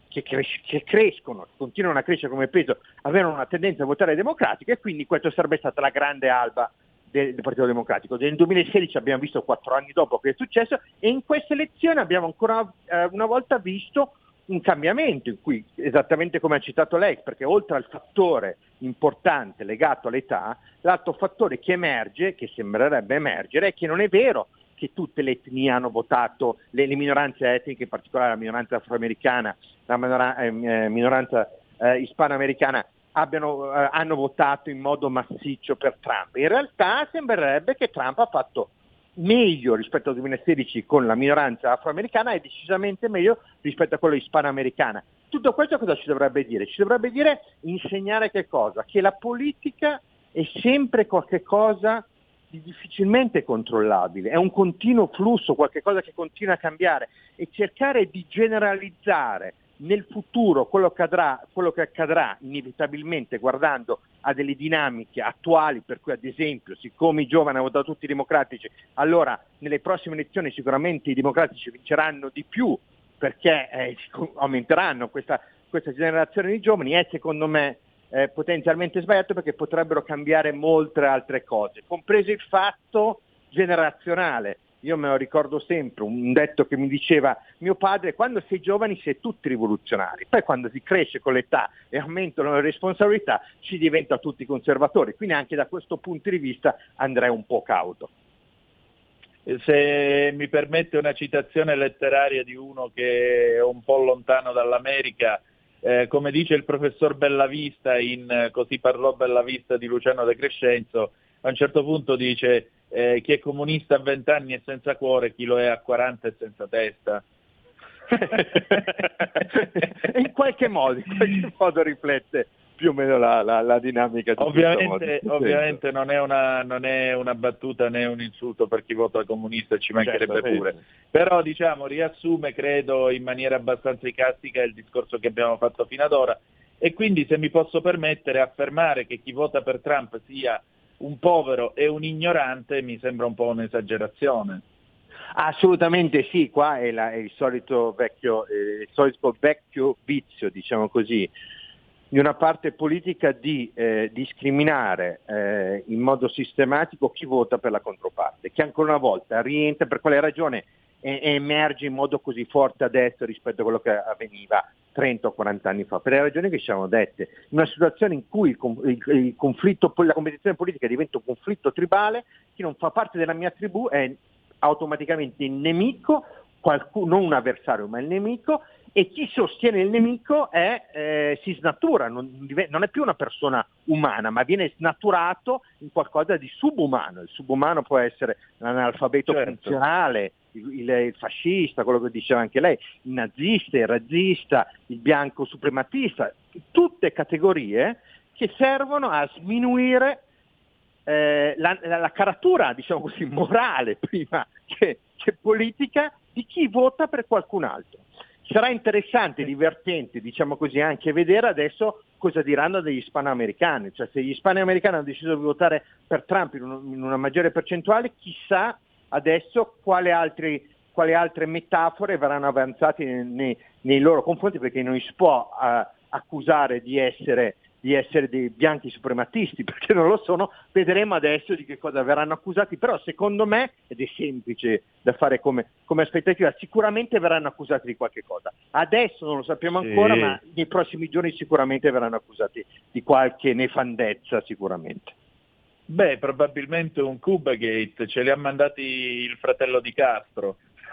che, cres- che crescono, continuano a crescere come peso, avevano una tendenza a votare democratico, e quindi questa sarebbe stata la grande alba del, del Partito Democratico. Nel duemilasedici abbiamo visto quattro anni dopo che è successo, e in queste elezioni abbiamo ancora eh, una volta visto un cambiamento in cui, esattamente come ha citato lei, perché oltre al fattore importante legato all'età, l'altro fattore che emerge, che sembrerebbe emergere, è che non è vero che tutte le etnie hanno votato, le, le minoranze etniche, in particolare la minoranza afroamericana, la minora, eh, minoranza eh, ispanoamericana, abbiano, eh, hanno votato in modo massiccio per Trump. In realtà sembrerebbe che Trump ha fatto meglio rispetto al duemilasedici con la minoranza afroamericana e decisamente meglio rispetto a quella ispanoamericana. Tutto questo cosa ci dovrebbe dire? Ci dovrebbe dire insegnare che cosa? Che la politica è sempre qualche cosa di difficilmente controllabile, è un continuo flusso, qualche cosa che continua a cambiare, e cercare di generalizzare nel futuro quello che accadrà, quello che accadrà inevitabilmente guardando a delle dinamiche attuali, per cui ad esempio siccome i giovani hanno votato tutti i democratici, allora nelle prossime elezioni sicuramente i democratici vinceranno di più perché eh, aumenteranno questa, questa generazione di giovani, è secondo me eh, potenzialmente sbagliato, perché potrebbero cambiare molte altre cose, compreso il fatto generazionale. Io me lo ricordo sempre, un detto che mi diceva mio padre: quando sei giovani sei tutti rivoluzionari, poi quando si cresce con l'età e aumentano le responsabilità si diventa tutti conservatori, quindi anche da questo punto di vista andrei un po' cauto. Se mi permette una citazione letteraria di uno che è un po' lontano dall'America, eh, come dice il professor Bellavista in Così parlò Bellavista di Luciano De Crescenzo, a un certo punto dice eh, chi è comunista a vent'anni è senza cuore, chi lo è a quaranta è senza testa. in qualche modo, in qualche modo riflette più o meno la, la, la dinamica di ovviamente, ovviamente non è, una, non è una battuta né un insulto per chi vota comunista, ci mancherebbe certo, pure, sì. Però diciamo riassume credo in maniera abbastanza icastica il discorso che abbiamo fatto fino ad ora, e quindi se mi posso permettere affermare che chi vota per Trump sia un povero e un ignorante mi sembra un po' un'esagerazione. Assolutamente sì, qua è, la, è il solito vecchio, eh, il solito vecchio vizio, diciamo così, di una parte politica di eh, discriminare eh, in modo sistematico chi vota per la controparte, che ancora una volta rientra, per quale ragione e, e emerge in modo così forte adesso rispetto a quello che avveniva trenta o quaranta anni fa, per le ragioni che ci siamo dette, in una situazione in cui il, il, il conflitto, la competizione politica diventa un conflitto tribale, chi non fa parte della mia tribù è automaticamente il nemico, qualcuno, non un avversario ma il nemico, e chi sostiene il nemico è, eh, si snatura, non, non è più una persona umana, ma viene snaturato in qualcosa di subumano. Il subumano può essere l'analfabeto certo. funzionale, il, il, il fascista, quello che diceva anche lei, il nazista, il razzista, il bianco suprematista, tutte categorie che servono a sminuire eh, la, la, la caratura, diciamo così, morale prima che, che politica di chi vota per qualcun altro. Sarà interessante, divertente, diciamo così, anche vedere adesso cosa diranno degli ispanoamericani, cioè se gli ispanoamericani hanno deciso di votare per Trump in, un, in una maggiore percentuale, chissà adesso quale, altri, quale altre metafore verranno avanzate nei, nei loro confronti, perché non si può uh, accusare di essere, di essere dei bianchi suprematisti, perché non lo sono. Vedremo adesso di che cosa verranno accusati, però secondo me, ed è semplice da fare come, come aspettativa, sicuramente verranno accusati di qualche cosa. Adesso non lo sappiamo ancora, sì. Ma nei prossimi giorni sicuramente verranno accusati di qualche nefandezza, sicuramente. Beh, probabilmente un Cubagate, ce li ha mandati il fratello di Castro.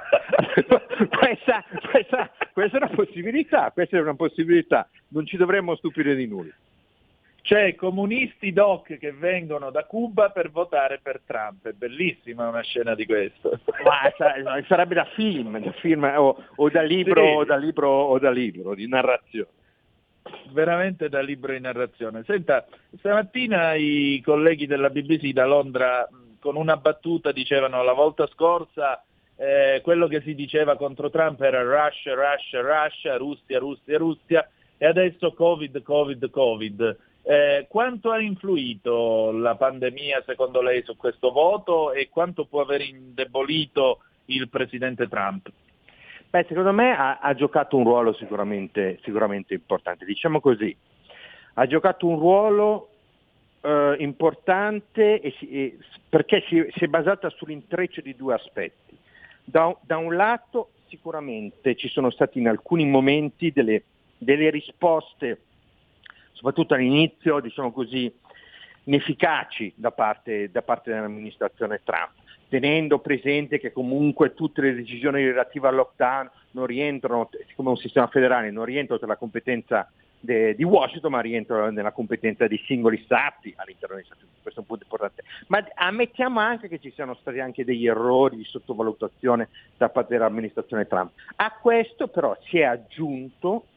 questa, questa, questa è una possibilità, questa è una possibilità, non ci dovremmo stupire di nulla. C'è comunisti doc che vengono da Cuba per votare per Trump, è bellissima una scena di questo. Ma sarebbe da film, da film o, o da libro, sì. o da libro o da libro di narrazione. Veramente da libro di narrazione. Senta, stamattina i colleghi della B B C da Londra con una battuta dicevano la volta scorsa eh, quello che si diceva contro Trump era Russia, Russia, Russia, Russia, Russia, Russia, e adesso Covid, Covid, Covid. Eh, quanto ha influito la pandemia secondo lei su questo voto e quanto può aver indebolito il presidente Trump? Beh, secondo me ha, ha giocato un ruolo sicuramente, sicuramente importante, diciamo così, ha giocato un ruolo eh, importante e si, e, perché si, si è basata sull'intreccio di due aspetti. Da, da un lato sicuramente ci sono stati in alcuni momenti delle, delle risposte, soprattutto all'inizio, diciamo così, inefficaci da parte, da parte dell'amministrazione Trump, tenendo presente che comunque tutte le decisioni relative al lockdown non rientrano, siccome è un sistema federale, non rientrano tra la competenza de, di Washington, ma rientrano nella competenza dei singoli stati all'interno degli Stati Uniti. Questo è un punto importante. Ma ammettiamo anche che ci siano stati anche degli errori di sottovalutazione da parte dell'amministrazione Trump. A questo però si è aggiunto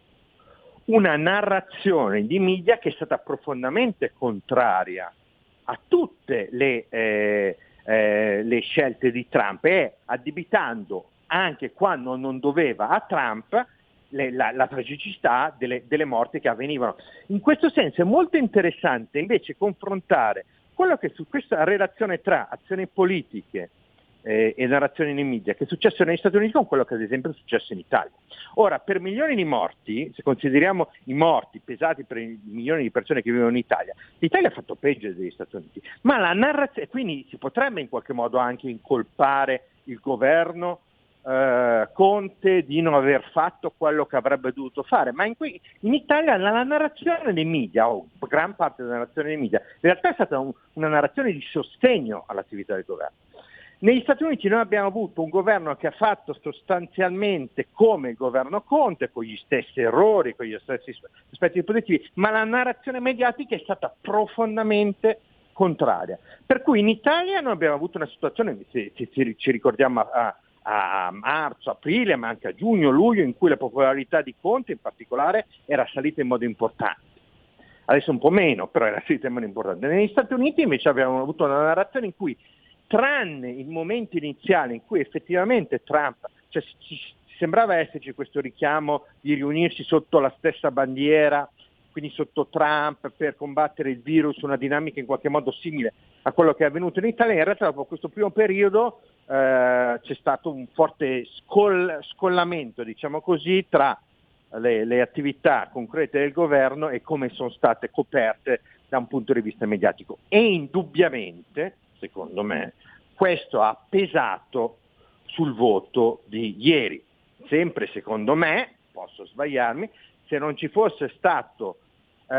una narrazione di media che è stata profondamente contraria a tutte le eh, Eh, le scelte di Trump e addebitando anche quando non doveva a Trump le, la, la tragicità delle, delle morti che avvenivano. In questo senso è molto interessante invece confrontare quello che su questa relazione tra azioni politiche eh, e narrazioni nei media che è successo negli Stati Uniti con quello che ad esempio è successo in Italia. Ora, per milioni di morti, se consideriamo i morti pesati per i milioni di persone che vivono in Italia, l'Italia ha fatto peggio degli Stati Uniti, ma la narrazione, quindi si potrebbe in qualche modo anche incolpare il governo eh, Conte di non aver fatto quello che avrebbe dovuto fare, ma in, qui, in Italia la, la narrazione dei media, o gran parte della narrazione dei media, in realtà è stata un, una narrazione di sostegno all'attività del governo. Negli Stati Uniti noi abbiamo avuto un governo che ha fatto sostanzialmente come il governo Conte, con gli stessi errori, con gli stessi aspetti positivi, ma la narrazione mediatica è stata profondamente contraria. Per cui in Italia noi abbiamo avuto una situazione, se, se, se ci ricordiamo a, a marzo, aprile, ma anche a giugno, luglio, in cui la popolarità di Conte in particolare era salita in modo importante. Adesso un po' meno, però era salita in modo importante. Negli Stati Uniti invece abbiamo avuto una narrazione in cui, tranne il momento iniziale in cui effettivamente Trump, cioè ci, sembrava esserci questo richiamo di riunirsi sotto la stessa bandiera, quindi sotto Trump, per combattere il virus, una dinamica in qualche modo simile a quello che è avvenuto in Italia, in realtà dopo questo primo periodo eh, c'è stato un forte scol- scollamento, diciamo così, tra le, le attività concrete del governo e come sono state coperte da un punto di vista mediatico. E indubbiamente, secondo me, questo ha pesato sul voto di ieri. Sempre secondo me, posso sbagliarmi, se non ci fosse stato eh,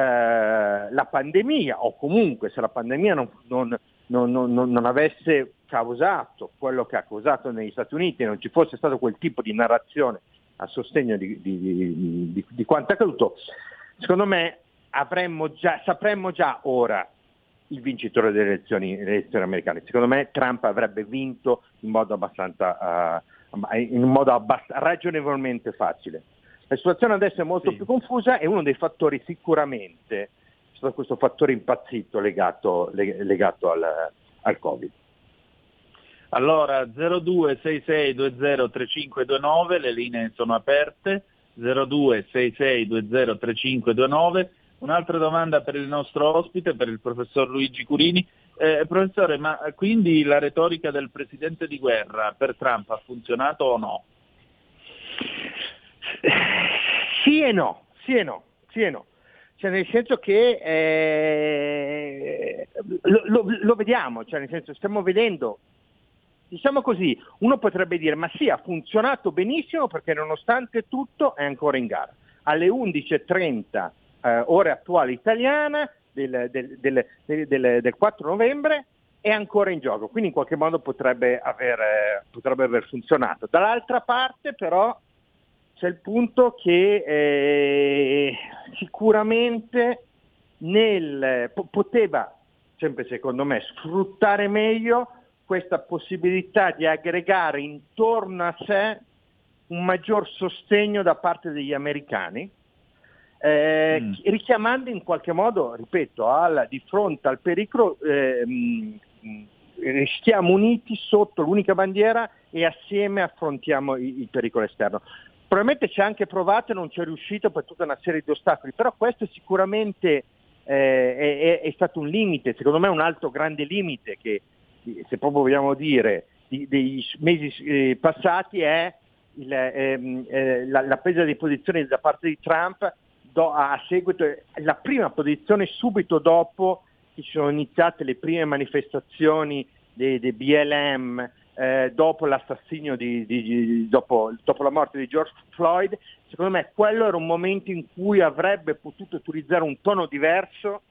la pandemia, o comunque se la pandemia non, non, non, non, non avesse causato quello che ha causato negli Stati Uniti e non ci fosse stato quel tipo di narrazione a sostegno di, di, di, di, di quanto è accaduto, secondo me avremmo già, sapremmo già ora il vincitore delle elezioni, delle elezioni americane. Secondo me Trump avrebbe vinto in modo abbastanza uh, in un modo abbast- ragionevolmente facile. La situazione adesso è molto sì. più confusa e uno dei fattori sicuramente è stato questo fattore impazzito legato, legato al, al Covid. Allora zero due sei sei due zero tre cinque due nove, le linee sono aperte, zero due sei sei due zero tre cinque due nove. Un'altra domanda per il nostro ospite, per il professor Luigi Curini. Eh, professore, ma quindi la retorica del presidente di guerra per Trump ha funzionato o no? Sì e no, sì e no, sì e no. Cioè nel senso che eh, lo, lo, lo vediamo, cioè nel senso stiamo vedendo, diciamo così, uno potrebbe dire ma sì, ha funzionato benissimo perché nonostante tutto è ancora in gara. Alle undici e trenta Uh, ore attuale italiana del, del, del, del, del quattro novembre è ancora in gioco, quindi in qualche modo potrebbe aver, eh, potrebbe aver funzionato. Dall'altra parte però c'è il punto che eh, sicuramente nel, po- poteva, sempre secondo me, sfruttare meglio questa possibilità di aggregare intorno a sé un maggior sostegno da parte degli americani, Eh, mm. richiamando in qualche modo, ripeto, al, di fronte al pericolo, eh, mh, stiamo uniti sotto l'unica bandiera e assieme affrontiamo il, il pericolo esterno. Probabilmente ci ha anche provato e non ci è riuscito per tutta una serie di ostacoli, però questo sicuramente eh, è, è stato un limite, secondo me un altro grande limite che, se proprio vogliamo dire, di, dei mesi eh, passati è il, ehm, eh, la, la presa di posizione da parte di Trump do, a seguito, la prima posizione subito dopo che ci sono iniziate le prime manifestazioni dei, dei B L M, eh, dopo l'assassinio di, di, di dopo, dopo la morte di George Floyd. Secondo me quello era un momento in cui avrebbe potuto utilizzare un tono diverso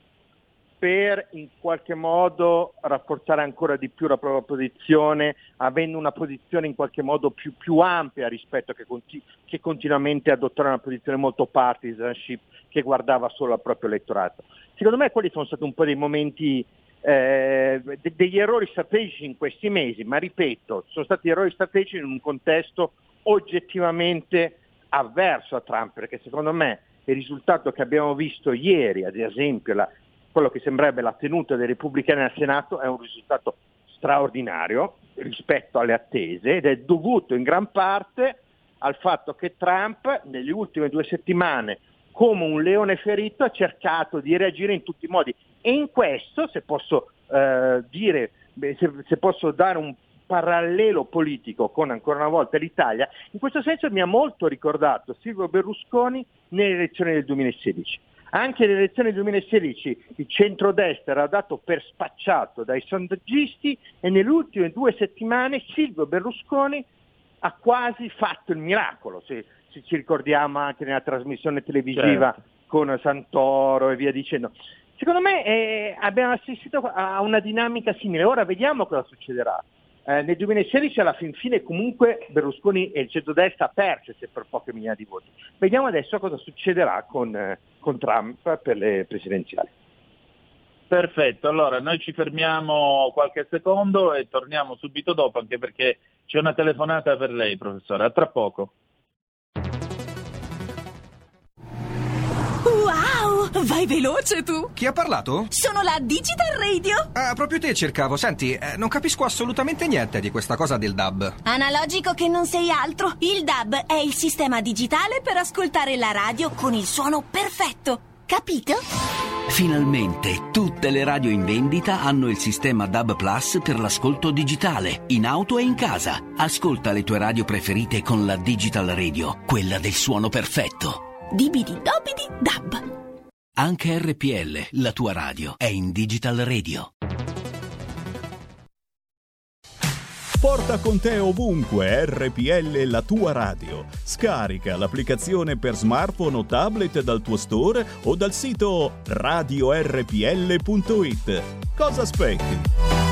per in qualche modo rafforzare ancora di più la propria posizione, avendo una posizione in qualche modo più, più ampia rispetto a che, continu- che continuamente adottare una posizione molto partisanship che guardava solo al proprio elettorato. Secondo me quelli sono stati un po' dei momenti, eh, de- degli errori strategici in questi mesi, ma ripeto, sono stati errori strategici in un contesto oggettivamente avverso a Trump, perché secondo me il risultato che abbiamo visto ieri, ad esempio la quello che sembrerebbe la tenuta dei repubblicani al Senato, è un risultato straordinario rispetto alle attese ed è dovuto in gran parte al fatto che Trump nelle ultime due settimane, come un leone ferito, ha cercato di reagire in tutti i modi, e in questo, se posso eh, dire, se, se posso dare un parallelo politico con ancora una volta l'Italia, in questo senso mi ha molto ricordato Silvio Berlusconi nelle elezioni del duemilasedici. Anche nelle elezioni del duemilasedici il centrodestra era dato per spacciato dai sondaggisti e nelle ultime due settimane Silvio Berlusconi ha quasi fatto il miracolo, se, se ci ricordiamo anche nella trasmissione televisiva certo. con Santoro e via dicendo. Secondo me eh, abbiamo assistito a una dinamica simile, ora vediamo cosa succederà. Eh, nel duemilasedici alla fin fine comunque Berlusconi e il centrodestra ha perso per poche migliaia di voti. Vediamo adesso cosa succederà con, eh, con Trump per le presidenziali. Perfetto, allora noi ci fermiamo qualche secondo e torniamo subito dopo, anche perché c'è una telefonata per lei, professore. A tra poco. Wow, vai veloce tu! Chi ha parlato? Sono la Digital Radio! Ah, proprio te cercavo. Senti, eh, non capisco assolutamente niente di questa cosa del D A B. Analogico che non sei altro. Il D A B è il sistema digitale per ascoltare la radio con il suono perfetto. Capito? Finalmente tutte le radio in vendita hanno il sistema D A B Plus per l'ascolto digitale, in auto e in casa. Ascolta le tue radio preferite con la Digital Radio, quella del suono perfetto. Dibidi dobidi dab. Anche R P L, la tua radio, è in Digital Radio. Porta con te ovunque R P L, la tua radio. Scarica l'applicazione per smartphone o tablet dal tuo store o dal sito radio r p l punto i t. Cosa aspetti?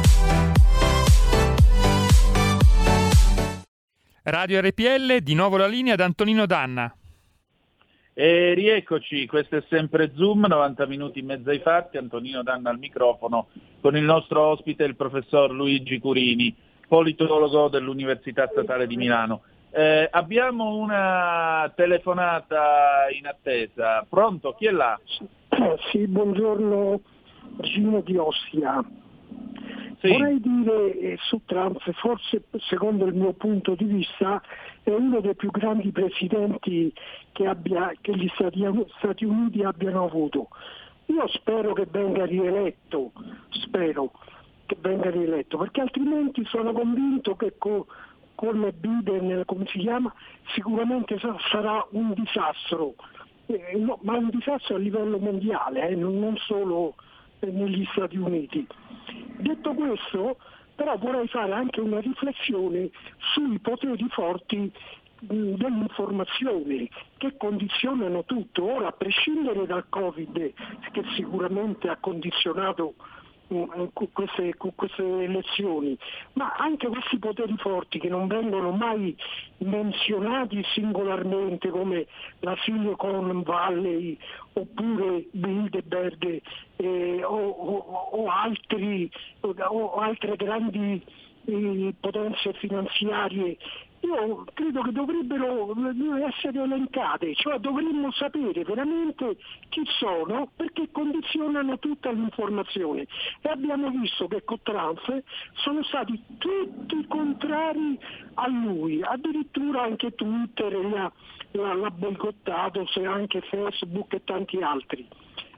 Radio R P L, di nuovo la linea ad Antonino Danna. E rieccoci, questo è sempre Zoom, novanta minuti in mezzo ai fatti, Antonino Danna al microfono, con il nostro ospite il professor Luigi Curini, politologo dell'Università Statale di Milano. Eh, abbiamo una telefonata in attesa. Pronto? Chi è là? Sì, buongiorno, Gino di Ostia. Sì. Vorrei dire eh, su Trump, forse secondo il mio punto di vista è uno dei più grandi presidenti che, abbia, che gli Stati, Stati Uniti abbiano avuto. Io spero che venga rieletto, spero che venga rieletto, perché altrimenti sono convinto che con, con Biden, come si chiama, sicuramente sarà un disastro, eh, no, ma un disastro a livello mondiale, eh, non solo negli Stati Uniti. Detto questo, però vorrei fare anche una riflessione sui poteri forti dell'informazione che condizionano tutto. Ora, a prescindere dal Covid, che sicuramente ha condizionato Queste, queste elezioni, ma anche questi poteri forti che non vengono mai menzionati singolarmente, come la Silicon Valley oppure Bilderberg eh, o, o, o, altri, o, o altre grandi eh, potenze finanziarie. Io credo che dovrebbero essere elencate, cioè dovremmo sapere veramente chi sono, perché condizionano tutta l'informazione. E abbiamo visto che con Trump sono stati tutti contrari a lui, addirittura anche Twitter l'ha, l'ha boicottato, se anche Facebook e tanti altri.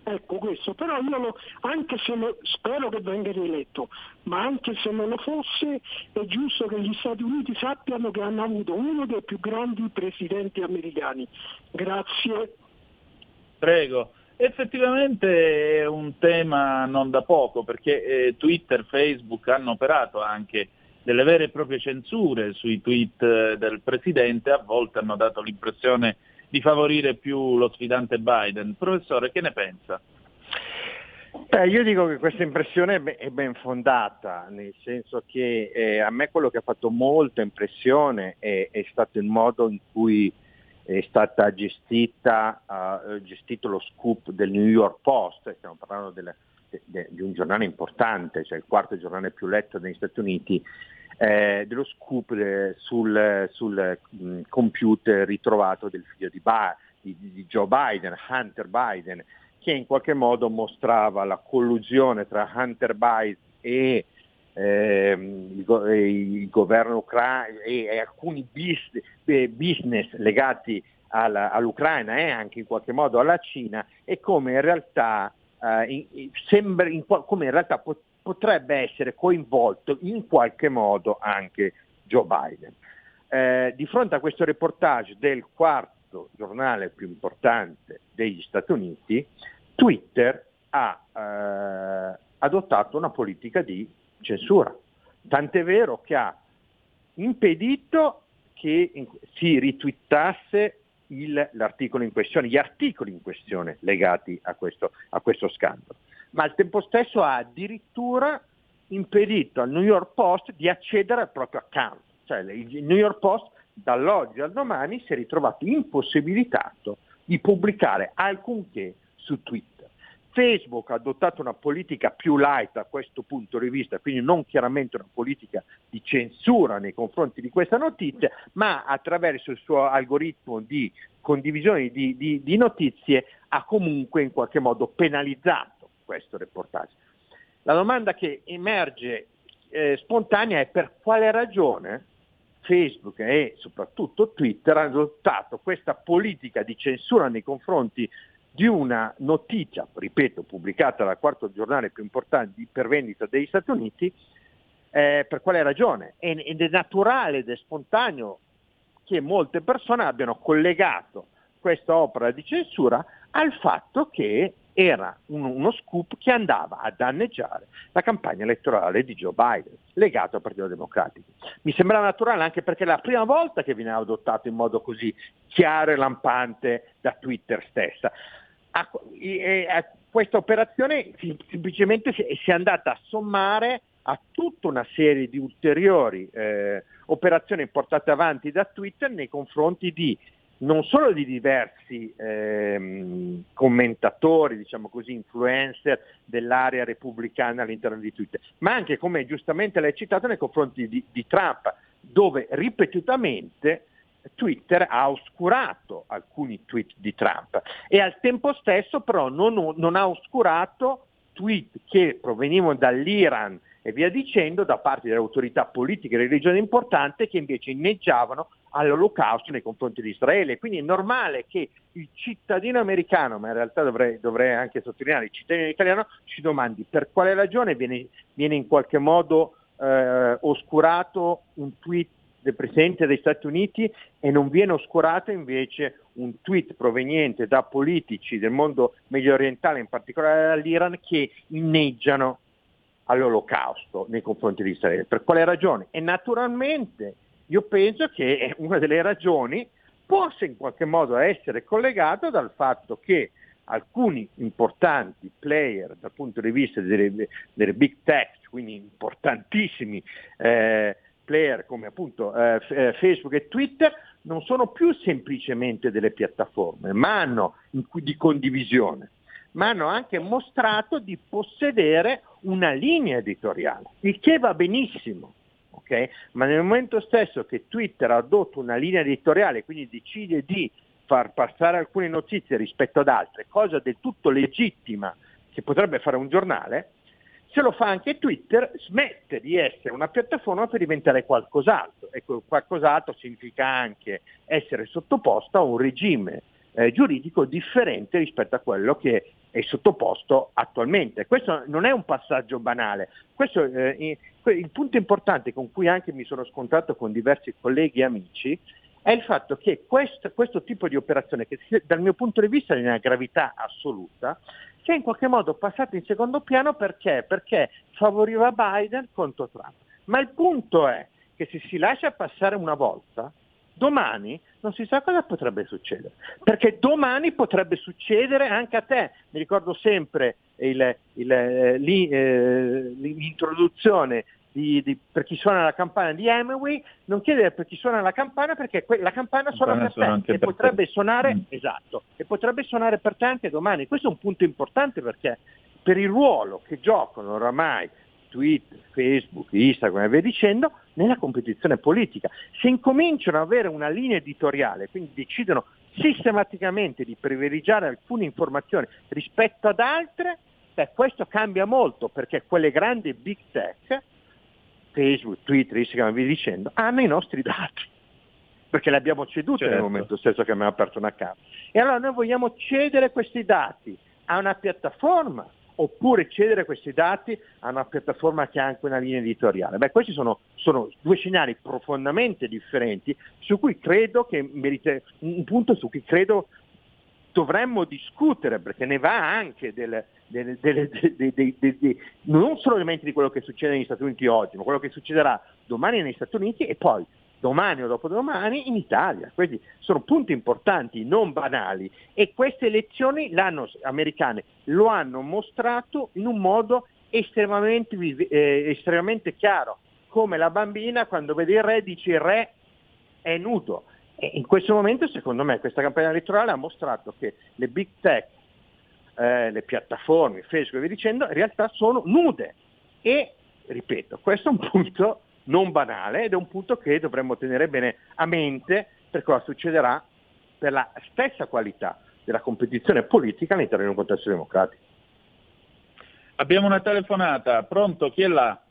Ecco questo, però io lo, anche se lo, spero che venga rieletto, ma anche se non lo fosse è giusto che gli Stati Uniti sappiano che hanno avuto uno dei più grandi presidenti americani. Grazie. Prego. Effettivamente è un tema non da poco, perché eh, Twitter, Facebook hanno operato anche delle vere e proprie censure sui tweet eh, del presidente, a volte hanno dato l'impressione di favorire più lo sfidante Biden. Professore, che ne pensa? Beh, io dico che questa impressione è ben, è ben fondata, nel senso che eh, a me quello che ha fatto molta impressione è, è stato il modo in cui è stata gestita, uh, gestito lo scoop del New York Post. Stiamo parlando delle, de, de, di un giornale importante, cioè il quarto giornale più letto negli Stati Uniti, eh, dello scoop eh, sul, sul mh, computer ritrovato del figlio di, ba- di, di Joe Biden, Hunter Biden, che in qualche modo mostrava la collusione tra Hunter Biden e eh, il, go- il governo ucraino e, e alcuni bis- business legati alla, all'Ucraina e anche in qualche modo alla Cina, e come in realtà, eh, in, in, sembra in, come in realtà pot- potrebbe essere coinvolto in qualche modo anche Joe Biden. Eh, di fronte a questo reportage del quarto giornale più importante degli Stati Uniti, Twitter ha eh, adottato una politica di censura, tant'è vero che ha impedito che in, si ritwittasse il, l'articolo in questione, gli articoli in questione legati a questo, a questo scandalo, ma al tempo stesso ha addirittura impedito al New York Post di accedere al proprio account, cioè il New York Post dall'oggi al domani si è ritrovato impossibilitato di pubblicare alcunché su Twitter. Facebook ha adottato una politica più light a questo punto di vista, quindi non chiaramente una politica di censura nei confronti di questa notizia, ma attraverso il suo algoritmo di condivisione di, di, di notizie ha comunque in qualche modo penalizzato questo reportage. La domanda che emerge eh, spontanea è: per quale ragione Facebook e soprattutto Twitter hanno adottato questa politica di censura nei confronti di una notizia, ripeto, pubblicata dal quarto giornale più importante per vendita degli Stati Uniti, eh, per quale ragione? Ed è naturale ed è spontaneo che molte persone abbiano collegato questa opera di censura al fatto che era un, uno scoop che andava a danneggiare la campagna elettorale di Joe Biden, legato al Partito Democratico. Mi sembrava naturale, anche perché è la prima volta che viene adottato in modo così chiaro e lampante da Twitter stessa. A, a, a questa operazione semplicemente si, si è andata a sommare a tutta una serie di ulteriori eh, operazioni portate avanti da Twitter nei confronti di non solo di diversi ehm, commentatori, diciamo così, influencer dell'area repubblicana all'interno di Twitter, ma anche, come giustamente l'hai citato, nei confronti di, di Trump, dove ripetutamente Twitter ha oscurato alcuni tweet di Trump e al tempo stesso però non, non ha oscurato tweet che provenivano dall'Iran e via dicendo, da parte delle autorità politiche e religiose importanti, che invece inneggiavano all'olocausto nei confronti di Israele. Quindi è normale che il cittadino americano, ma in realtà dovrei, dovrei anche sottolineare il cittadino italiano, ci domandi per quale ragione viene, viene in qualche modo eh, oscurato un tweet del Presidente degli Stati Uniti e non viene oscurato invece un tweet proveniente da politici del mondo medio orientale, in particolare dall'Iran, che inneggiano all'olocausto nei confronti di Israele. Per quale ragione? E naturalmente io penso che una delle ragioni possa in qualche modo essere collegata dal fatto che alcuni importanti player dal punto di vista delle, delle big tech, quindi importantissimi eh, player come appunto eh, Facebook e Twitter, non sono più semplicemente delle piattaforme, ma hanno in cui, di condivisione, ma hanno anche mostrato di possedere una linea editoriale, il che va benissimo, ok? Ma nel momento stesso che Twitter adotta una linea editoriale, quindi decide di far passare alcune notizie rispetto ad altre, cosa del tutto legittima che potrebbe fare un giornale, se lo fa anche Twitter smette di essere una piattaforma per diventare qualcos'altro, e qualcos'altro significa anche essere sottoposta a un regime eh, giuridico differente rispetto a quello che è sottoposto attualmente. Questo non è un passaggio banale, questo eh, il punto importante con cui anche mi sono scontrato con diversi colleghi e amici è il fatto che questo, questo tipo di operazione, che dal mio punto di vista è di una gravità assoluta, sia in qualche modo passato in secondo piano perché? Perché favoriva Biden contro Trump. Ma il punto è che se si lascia passare una volta, domani non si sa cosa potrebbe succedere, perché domani potrebbe succedere anche a te. Mi ricordo sempre il, il, eh, l'introduzione di, di, per chi suona la campana di Hemingway, non chiedere per chi suona la campana perché que- la campana suona per te anche e per potrebbe te. suonare, Mm. esatto, e potrebbe suonare per te anche domani. Questo è un punto importante perché per il ruolo che giocano oramai Twitter, Facebook, Instagram e via dicendo, nella competizione politica. Se incominciano ad avere una linea editoriale, quindi decidono sistematicamente di privilegiare alcune informazioni rispetto ad altre, beh, questo cambia molto perché quelle grandi big tech, Facebook, Twitter, Instagram e via dicendo, hanno i nostri dati, perché li abbiamo ceduti Certo. nel momento stesso che abbiamo aperto un account. E allora noi vogliamo cedere questi dati a una piattaforma oppure cedere questi dati a una piattaforma che ha anche una linea editoriale. Beh, questi sono, sono due segnali profondamente differenti su cui credo che merite, un punto su cui credo dovremmo discutere, perché ne va anche del, del, del, del, del, del, del, del, non solamente di quello che succede negli Stati Uniti oggi, ma quello che succederà domani negli Stati Uniti e poi domani o dopodomani in Italia. Questi sono punti importanti, non banali, e queste elezioni l'hanno, americane lo hanno mostrato in un modo estremamente, eh, estremamente chiaro, come la bambina quando vede il re dice il re è nudo. E in questo momento secondo me questa campagna elettorale ha mostrato che le big tech, eh, le piattaforme, Facebook e via dicendo, in realtà sono nude. E, ripeto, questo è un punto non banale ed è un punto che dovremmo tenere bene a mente per cosa succederà per la stessa qualità della competizione politica all'interno di un contesto democratico. Abbiamo una telefonata, pronto? Chi è là?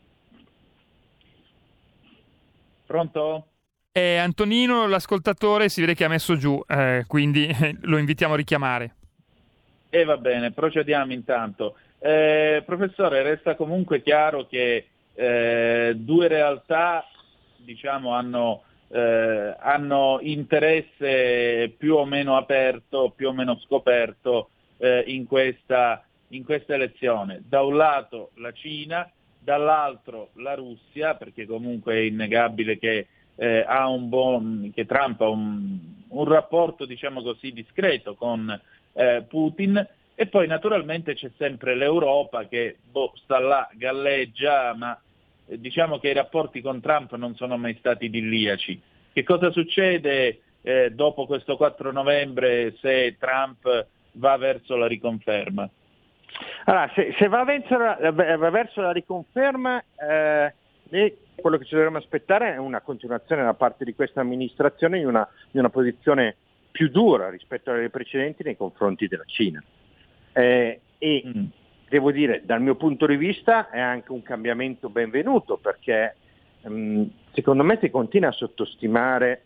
Pronto? Eh, Antonino, l'ascoltatore, si vede che ha messo giù, eh, quindi lo invitiamo a richiamare. E eh, va bene, procediamo intanto. Eh, professore, resta comunque chiaro che Eh, due realtà diciamo hanno, eh, hanno interesse più o meno aperto, più o meno scoperto eh, in questa, in questa elezione. Da un lato la Cina, dall'altro la Russia, perché comunque è innegabile che, eh, ha un buon, che Trump ha un, un rapporto diciamo così discreto con eh, Putin. E poi naturalmente c'è sempre l'Europa che boh, sta là, galleggia, ma diciamo che i rapporti con Trump non sono mai stati idilliaci. Che cosa succede eh, dopo questo quattro novembre se Trump va verso la riconferma? Allora, se, se va, verso la, va verso la riconferma, eh, quello che ci dovremmo aspettare è una continuazione da parte di questa amministrazione di una, di una posizione più dura rispetto alle precedenti nei confronti della Cina. Eh, e mm. devo dire, dal mio punto di vista è anche un cambiamento benvenuto, perché mh, secondo me si continua a sottostimare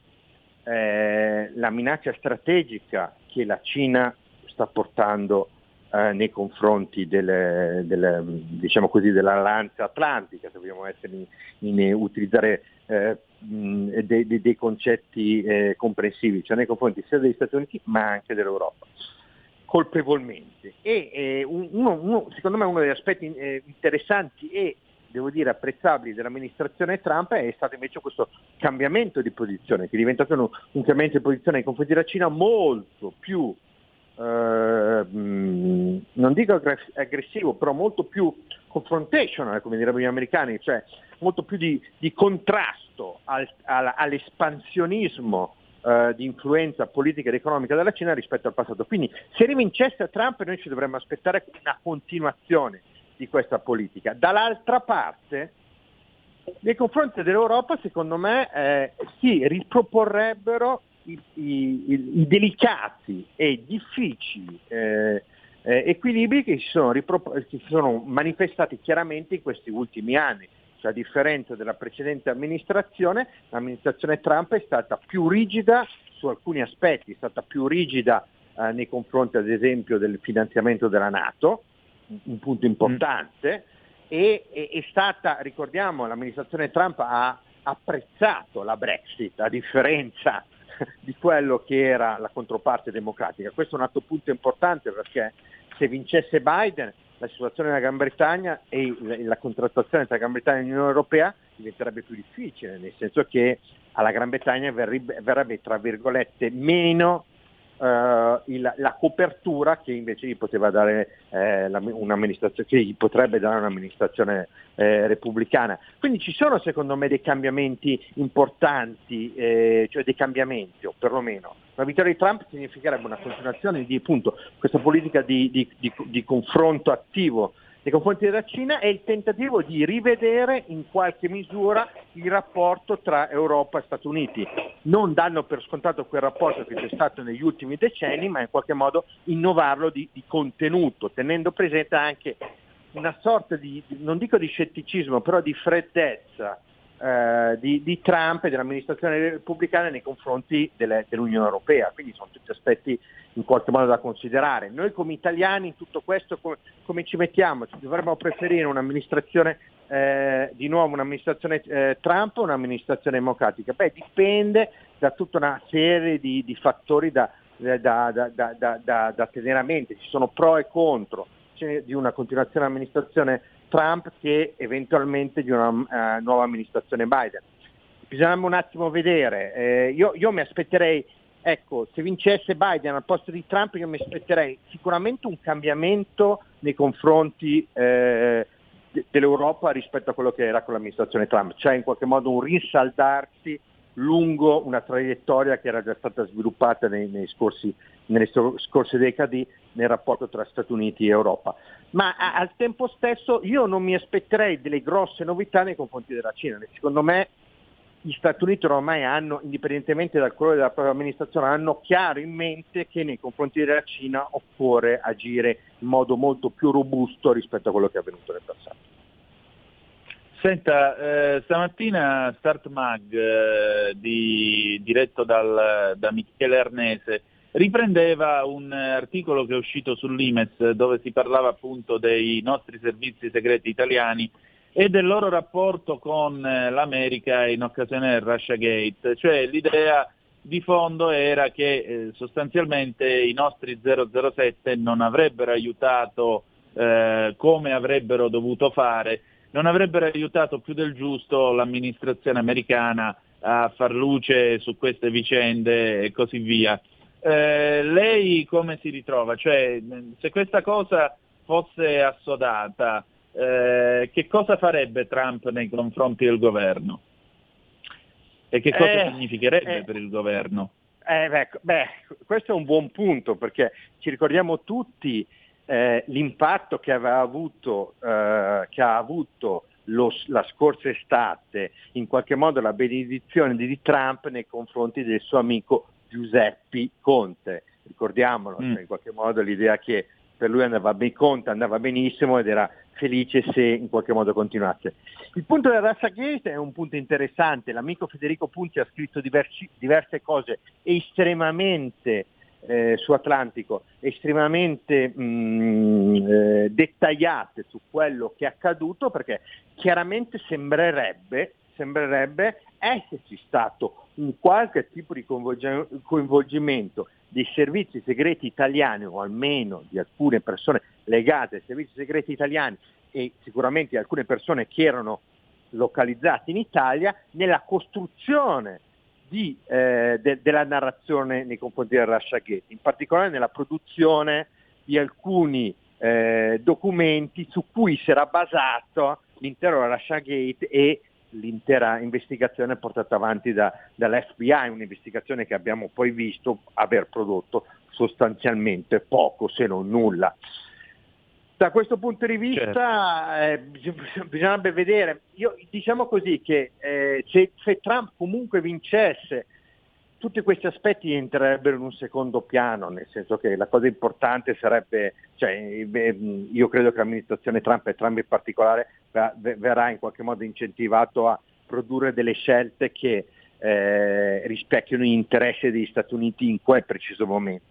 eh, la minaccia strategica che la Cina sta portando eh, nei confronti delle, delle, diciamo così, dell'alleanza atlantica, se vogliamo essere in, in, utilizzare eh, mh, dei, dei, dei concetti eh, comprensivi, cioè nei confronti sia degli Stati Uniti ma anche dell'Europa. Colpevolmente. E eh, uno, uno, secondo me uno degli aspetti eh, interessanti e devo dire apprezzabili dell'amministrazione Trump è stato invece questo cambiamento di posizione, che è diventato un, un cambiamento di posizione nei confronti della Cina molto più eh, mh, non dico aggressivo, però molto più confrontational, come direbbero gli americani, cioè molto più di, di contrasto al, al, all'espansionismo Uh, di influenza politica ed economica della Cina rispetto al passato. Quindi se rivincesse Trump noi ci dovremmo aspettare una continuazione di questa politica. Dall'altra parte, nei confronti dell'Europa, secondo me eh, si riproporrebbero i, i, i, i delicati e difficili eh, eh, equilibri che si sono, ripro- che si sono manifestati chiaramente in questi ultimi anni. A differenza della precedente amministrazione, l'amministrazione Trump è stata più rigida su alcuni aspetti, è stata più rigida eh, nei confronti ad esempio del finanziamento della NATO, un punto importante, mm. e è, è stata, ricordiamo, l'amministrazione Trump ha apprezzato la Brexit a differenza di quello che era la controparte democratica. Questo è un altro punto importante, perché se vincesse Biden la situazione della Gran Bretagna e la contrattazione tra Gran Bretagna e l'Unione Europea diventerebbe più difficile, nel senso che alla Gran Bretagna verrebbe, verrebbe tra virgolette meno Uh, il, la copertura che invece gli poteva dare eh, la, un'amministrazione, che gli potrebbe dare un'amministrazione eh, repubblicana. Quindi ci sono secondo me dei cambiamenti importanti, eh, cioè dei cambiamenti, o perlomeno la vittoria di Trump significherebbe una continuazione di appunto questa politica di, di, di, di confronto attivo nei confronti della Cina e il tentativo di rivedere in qualche misura il rapporto tra Europa e Stati Uniti. Non danno per scontato quel rapporto che c'è stato negli ultimi decenni, ma in qualche modo innovarlo di, di contenuto, tenendo presente anche una sorta di, non dico di scetticismo, però di freddezza eh, di, di Trump e dell'amministrazione repubblicana nei confronti delle, dell'Unione Europea. Quindi sono tutti aspetti in qualche modo da considerare. Noi come italiani in tutto questo come, come ci mettiamo? Ci dovremmo preferire un'amministrazione eh, di nuovo un'amministrazione eh, Trump o un'amministrazione democratica? Beh, dipende da tutta una serie di, di fattori da, da, da, da, da, da, da tenere a mente. Ci sono pro e contro di una continuazione dell'amministrazione Trump che eventualmente di una uh, nuova amministrazione Biden. Bisogna un attimo vedere. Eh, io, io mi aspetterei, ecco, se vincesse Biden al posto di Trump, io mi aspetterei sicuramente un cambiamento nei confronti eh, de- dell'Europa rispetto a quello che era con l'amministrazione Trump, cioè in qualche modo un rinsaldarsi lungo una traiettoria che era già stata sviluppata nei, nei scorsi, nelle scorse decadi nel rapporto tra Stati Uniti e Europa. Ma a, al tempo stesso io non mi aspetterei delle grosse novità nei confronti della Cina. Secondo me gli Stati Uniti ormai hanno, indipendentemente dal colore della propria amministrazione, hanno chiaro in mente che nei confronti della Cina occorre agire in modo molto più robusto rispetto a quello che è avvenuto nel passato. Senta, eh, stamattina Start Mag, eh, di, diretto dal, da Michele Arnese, riprendeva un articolo che è uscito sull'I M E S dove si parlava appunto dei nostri servizi segreti italiani e del loro rapporto con l'America in occasione del Russiagate. Cioè l'idea di fondo era che eh, sostanzialmente i nostri zero zero sette non avrebbero aiutato eh, come avrebbero dovuto fare, non avrebbero aiutato più del giusto l'amministrazione americana a far luce su queste vicende e così via. Eh, lei come si ritrova? Cioè, se questa cosa fosse assodata, eh, che cosa farebbe Trump nei confronti del governo? E che cosa eh, significherebbe eh, per il governo? Eh, beh, beh, questo è un buon punto, perché ci ricordiamo tutti eh, l'impatto che aveva avuto, eh, che ha avuto lo, la scorsa estate, in qualche modo la benedizione di Trump nei confronti del suo amico Giuseppe Conte. Ricordiamolo, mm. cioè, in qualche modo l'idea che per lui andava ben, Conte andava benissimo ed era felice se in qualche modo continuasse. Il punto del Russiagate è un punto interessante. L'amico Federico Punti ha scritto diversi, diverse cose estremamente eh, su Atlantico, estremamente mh, eh, dettagliate su quello che è accaduto, perché chiaramente sembrerebbe, sembrerebbe esserci stato un qualche tipo di coinvolgimento dei servizi segreti italiani, o almeno di alcune persone legate ai servizi segreti italiani e sicuramente di alcune persone che erano localizzate in Italia, nella costruzione di, eh, de- della narrazione nei confronti del Russiagate, in particolare nella produzione di alcuni eh, documenti su cui si era basato l'intero Russiagate e l'intera investigazione portata avanti da, dall'F B I, un'investigazione che abbiamo poi visto aver prodotto sostanzialmente poco, se non nulla. Da questo punto di vista certo. eh, bisognerebbe vedere, io diciamo così che eh, se, se Trump comunque vincesse, tutti questi aspetti entrerebbero in un secondo piano, nel senso che la cosa importante sarebbe, cioè, io credo che l'amministrazione Trump e Trump in particolare verrà in qualche modo incentivato a produrre delle scelte che eh, rispecchiano gli interessi degli Stati Uniti in quel preciso momento.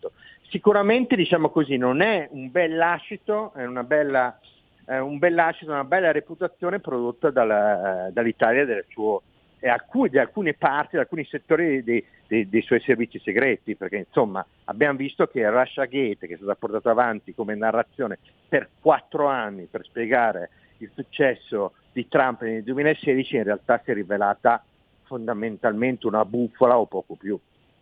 sicuramente, diciamo così, non è un bel lascito, è una bella, eh, un bel lascito, una bella reputazione prodotta dalla, dall'Italia, del suo, e alcuni, di alcune parti, di alcuni settori dei, dei, dei suoi servizi segreti, perché insomma abbiamo visto che Russiagate, che è stata portata avanti come narrazione per quattro anni per spiegare il successo di Trump nel duemilasedici, in realtà si è rivelata fondamentalmente una bufala o poco più.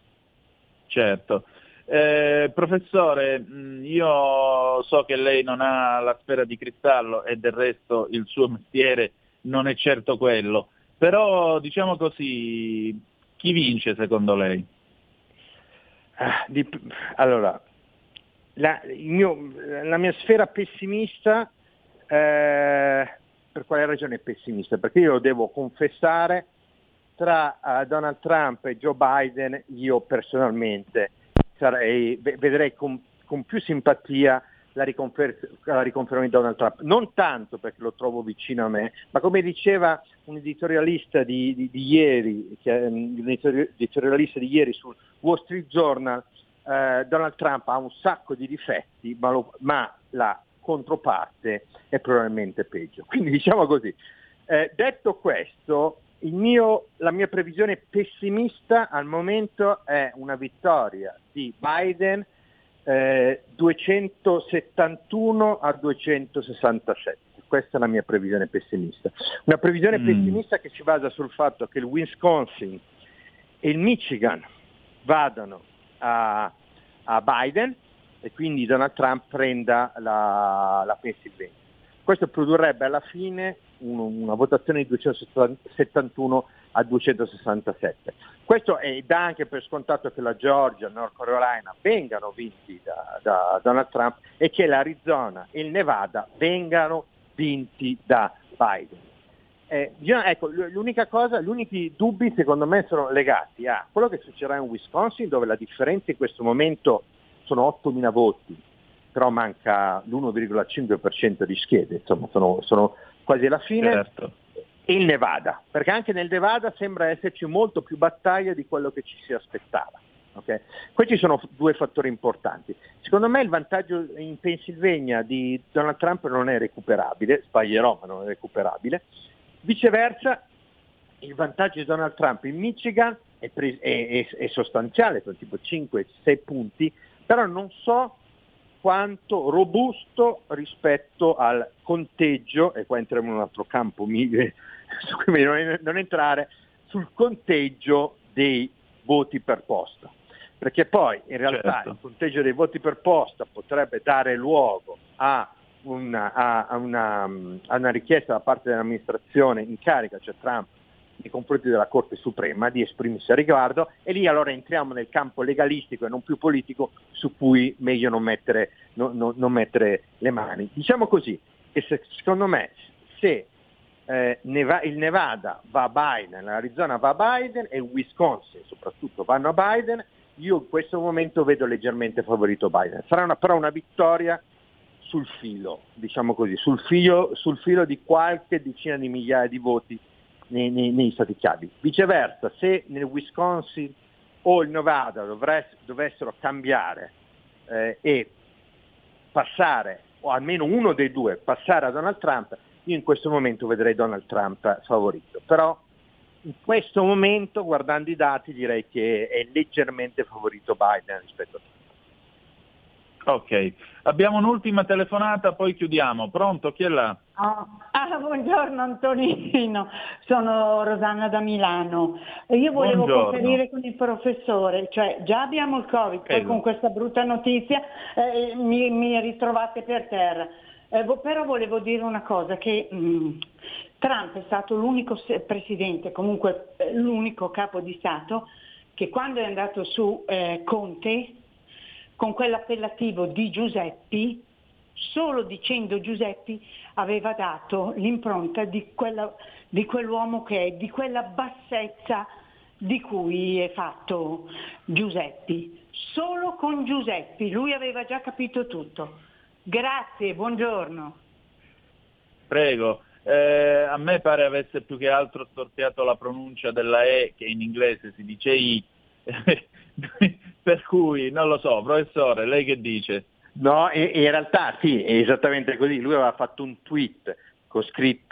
Certo. Eh, professore, io so che lei non ha la sfera di cristallo e del resto il suo mestiere non è certo quello, però diciamo così, chi vince secondo lei? Ah, di, allora, la, il mio, la mia sfera pessimista, eh, per quale ragione è pessimista? Perché io devo confessare, tra uh, Donald Trump e Joe Biden, io personalmente sarei, vedrei con, con più simpatia la, riconfer- la riconferma di Donald Trump, non tanto perché lo trovo vicino a me, ma come diceva un editorialista di, di, di ieri, che, um, un editorialista di ieri sul Wall Street Journal, uh, Donald Trump ha un sacco di difetti, ma, lo, ma la controparte è probabilmente peggio. Quindi diciamo così. Eh, detto questo, il mio, la mia previsione pessimista al momento è una vittoria di Biden eh, duecentosettantuno a duecentosessantasette. Questa è la mia previsione pessimista. Una previsione mm. pessimista che si basa sul fatto che il Wisconsin e il Michigan vadano a, a Biden e quindi Donald Trump prenda la, la Pennsylvania. Questo produrrebbe alla fine un, una votazione di duecentosettantuno a duecentosessantasette. Questo è, dà anche per scontato che la Georgia e North Carolina vengano vinti da, da Donald Trump e che l'Arizona e il Nevada vengano vinti da Biden. Eh, ecco, l'unica cosa, gli unici dubbi secondo me sono legati a quello che succederà in Wisconsin, dove la differenza in questo momento sono ottomila voti, però manca l'uno virgola cinque per cento di schede, insomma sono, sono quasi alla fine, certo. E il Nevada, perché anche nel Nevada sembra esserci molto più battaglia di quello che ci si aspettava. Okay? Questi sono due fattori importanti. Secondo me il vantaggio in Pennsylvania di Donald Trump non è recuperabile, sbaglierò ma non è recuperabile, viceversa il vantaggio di Donald Trump in Michigan è, pre- è, è, è sostanziale, sono tipo cinque sei punti, però non so quanto robusto rispetto al conteggio, e qua entriamo in un altro campo, mi, su cui non, non entrare, sul conteggio dei voti per posta. Perché poi in realtà certo. il conteggio dei voti per posta potrebbe dare luogo a una, a, a una, a una richiesta da parte dell'amministrazione in carica, cioè Trump, nei confronti della Corte Suprema di esprimersi a riguardo, e lì allora entriamo nel campo legalistico e non più politico su cui meglio non mettere, no, no, non mettere le mani. Diciamo così, che se, secondo me se eh, Neva, il Nevada va a Biden, l'Arizona va a Biden e il Wisconsin soprattutto vanno a Biden, io in questo momento vedo leggermente favorito Biden. Sarà una, però una vittoria sul filo, diciamo così, sul filo, sul filo di qualche decina di migliaia di voti Nei, nei, nei stati chiavi. Viceversa, se nel Wisconsin o il Nevada dovress, dovessero cambiare eh, e passare, o almeno uno dei due passare a Donald Trump, io in questo momento vedrei Donald Trump favorito. Però in questo momento, guardando i dati, direi che è leggermente favorito Biden rispetto a Trump. Ok, abbiamo un'ultima telefonata, poi chiudiamo. Pronto? Chi è là? Oh. Ah, buongiorno Antonino, sono Rosanna da Milano. Io volevo Buongiorno. conferire con il professore, cioè già abbiamo il Covid, poi con questa brutta notizia eh, mi, mi ritrovate per terra. Eh, però volevo dire una cosa, che mh, Trump è stato l'unico presidente, comunque l'unico capo di Stato, che quando è andato su eh, Conte, con quell'appellativo di Giuseppi, solo dicendo Giuseppi aveva dato l'impronta di, quella, di quell'uomo che è, di quella bassezza di cui è fatto Giuseppi. Solo con Giuseppi, lui aveva già capito tutto. Grazie, buongiorno. Prego. Eh, a me pare avesse più che altro storpiato la pronuncia della E, che in inglese si dice I, per cui, non lo so, professore, lei che dice? No, e, e in realtà sì, è esattamente così. Lui aveva fatto un tweet con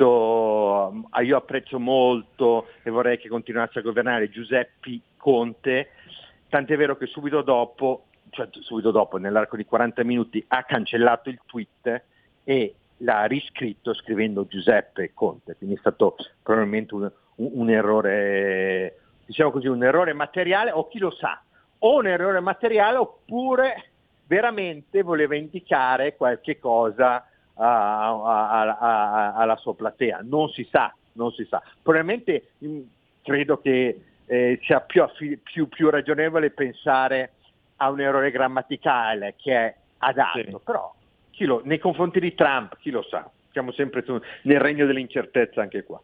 scritto ah, io apprezzo molto e vorrei che continuasse a governare Giuseppe Conte, tant'è vero che subito dopo, cioè subito dopo, nell'arco di quaranta minuti, ha cancellato il tweet e l'ha riscritto scrivendo Giuseppe Conte, quindi è stato probabilmente un, un, un errore, diciamo così, un errore materiale, o chi lo sa, o un errore materiale oppure veramente voleva indicare qualche cosa a, a, a, a, alla sua platea, non si sa, non si sa. Probabilmente mh, credo che eh, sia più, affi- più, più ragionevole pensare a un errore grammaticale che è adatto, sì. Però chi lo, nei confronti di Trump, chi lo sa, siamo sempre su, nel regno dell'incertezza anche qua.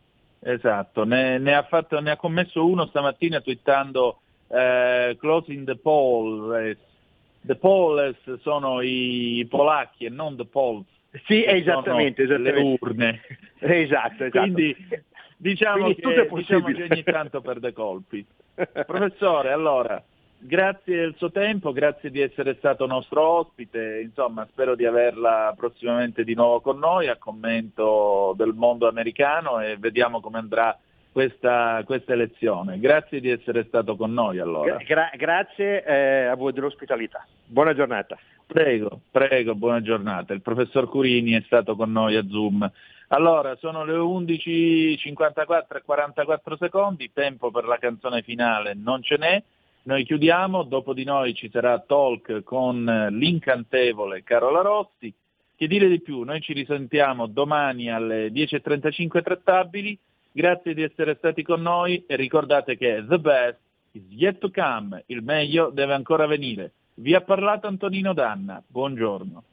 Esatto, ne, ne, ha, fatto, ne ha commesso uno stamattina twittando eh, closing the polls. The polls sono i polacchi e non the polls. Sì, esattamente, esattamente. Le urne. Esatto, esatto. Quindi diciamo Quindi che, diciamo che ogni tanto perde colpi. Professore, allora, grazie del suo tempo, grazie di essere stato nostro ospite, insomma spero di averla prossimamente di nuovo con noi a commento del mondo americano e vediamo come andrà questa, questa elezione. Grazie di essere stato con noi allora. Gra- grazie eh, a voi dell'ospitalità. Buona giornata. Prego, prego, buona giornata. Il professor Curini è stato con noi a Zoom. Allora, sono le undici e cinquantaquattro e quarantaquattro secondi, tempo per la canzone finale non ce n'è. Noi chiudiamo, dopo di noi ci sarà Talk con l'incantevole Carola Rossi. Che dire di più, noi ci risentiamo domani alle dieci e trentacinque trattabili. Grazie di essere stati con noi e ricordate che the best is yet to come, il meglio deve ancora venire. Vi ha parlato Antonino Danna, buongiorno.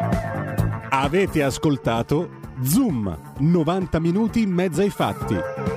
Avete ascoltato Zoom, novanta minuti in mezzo ai fatti.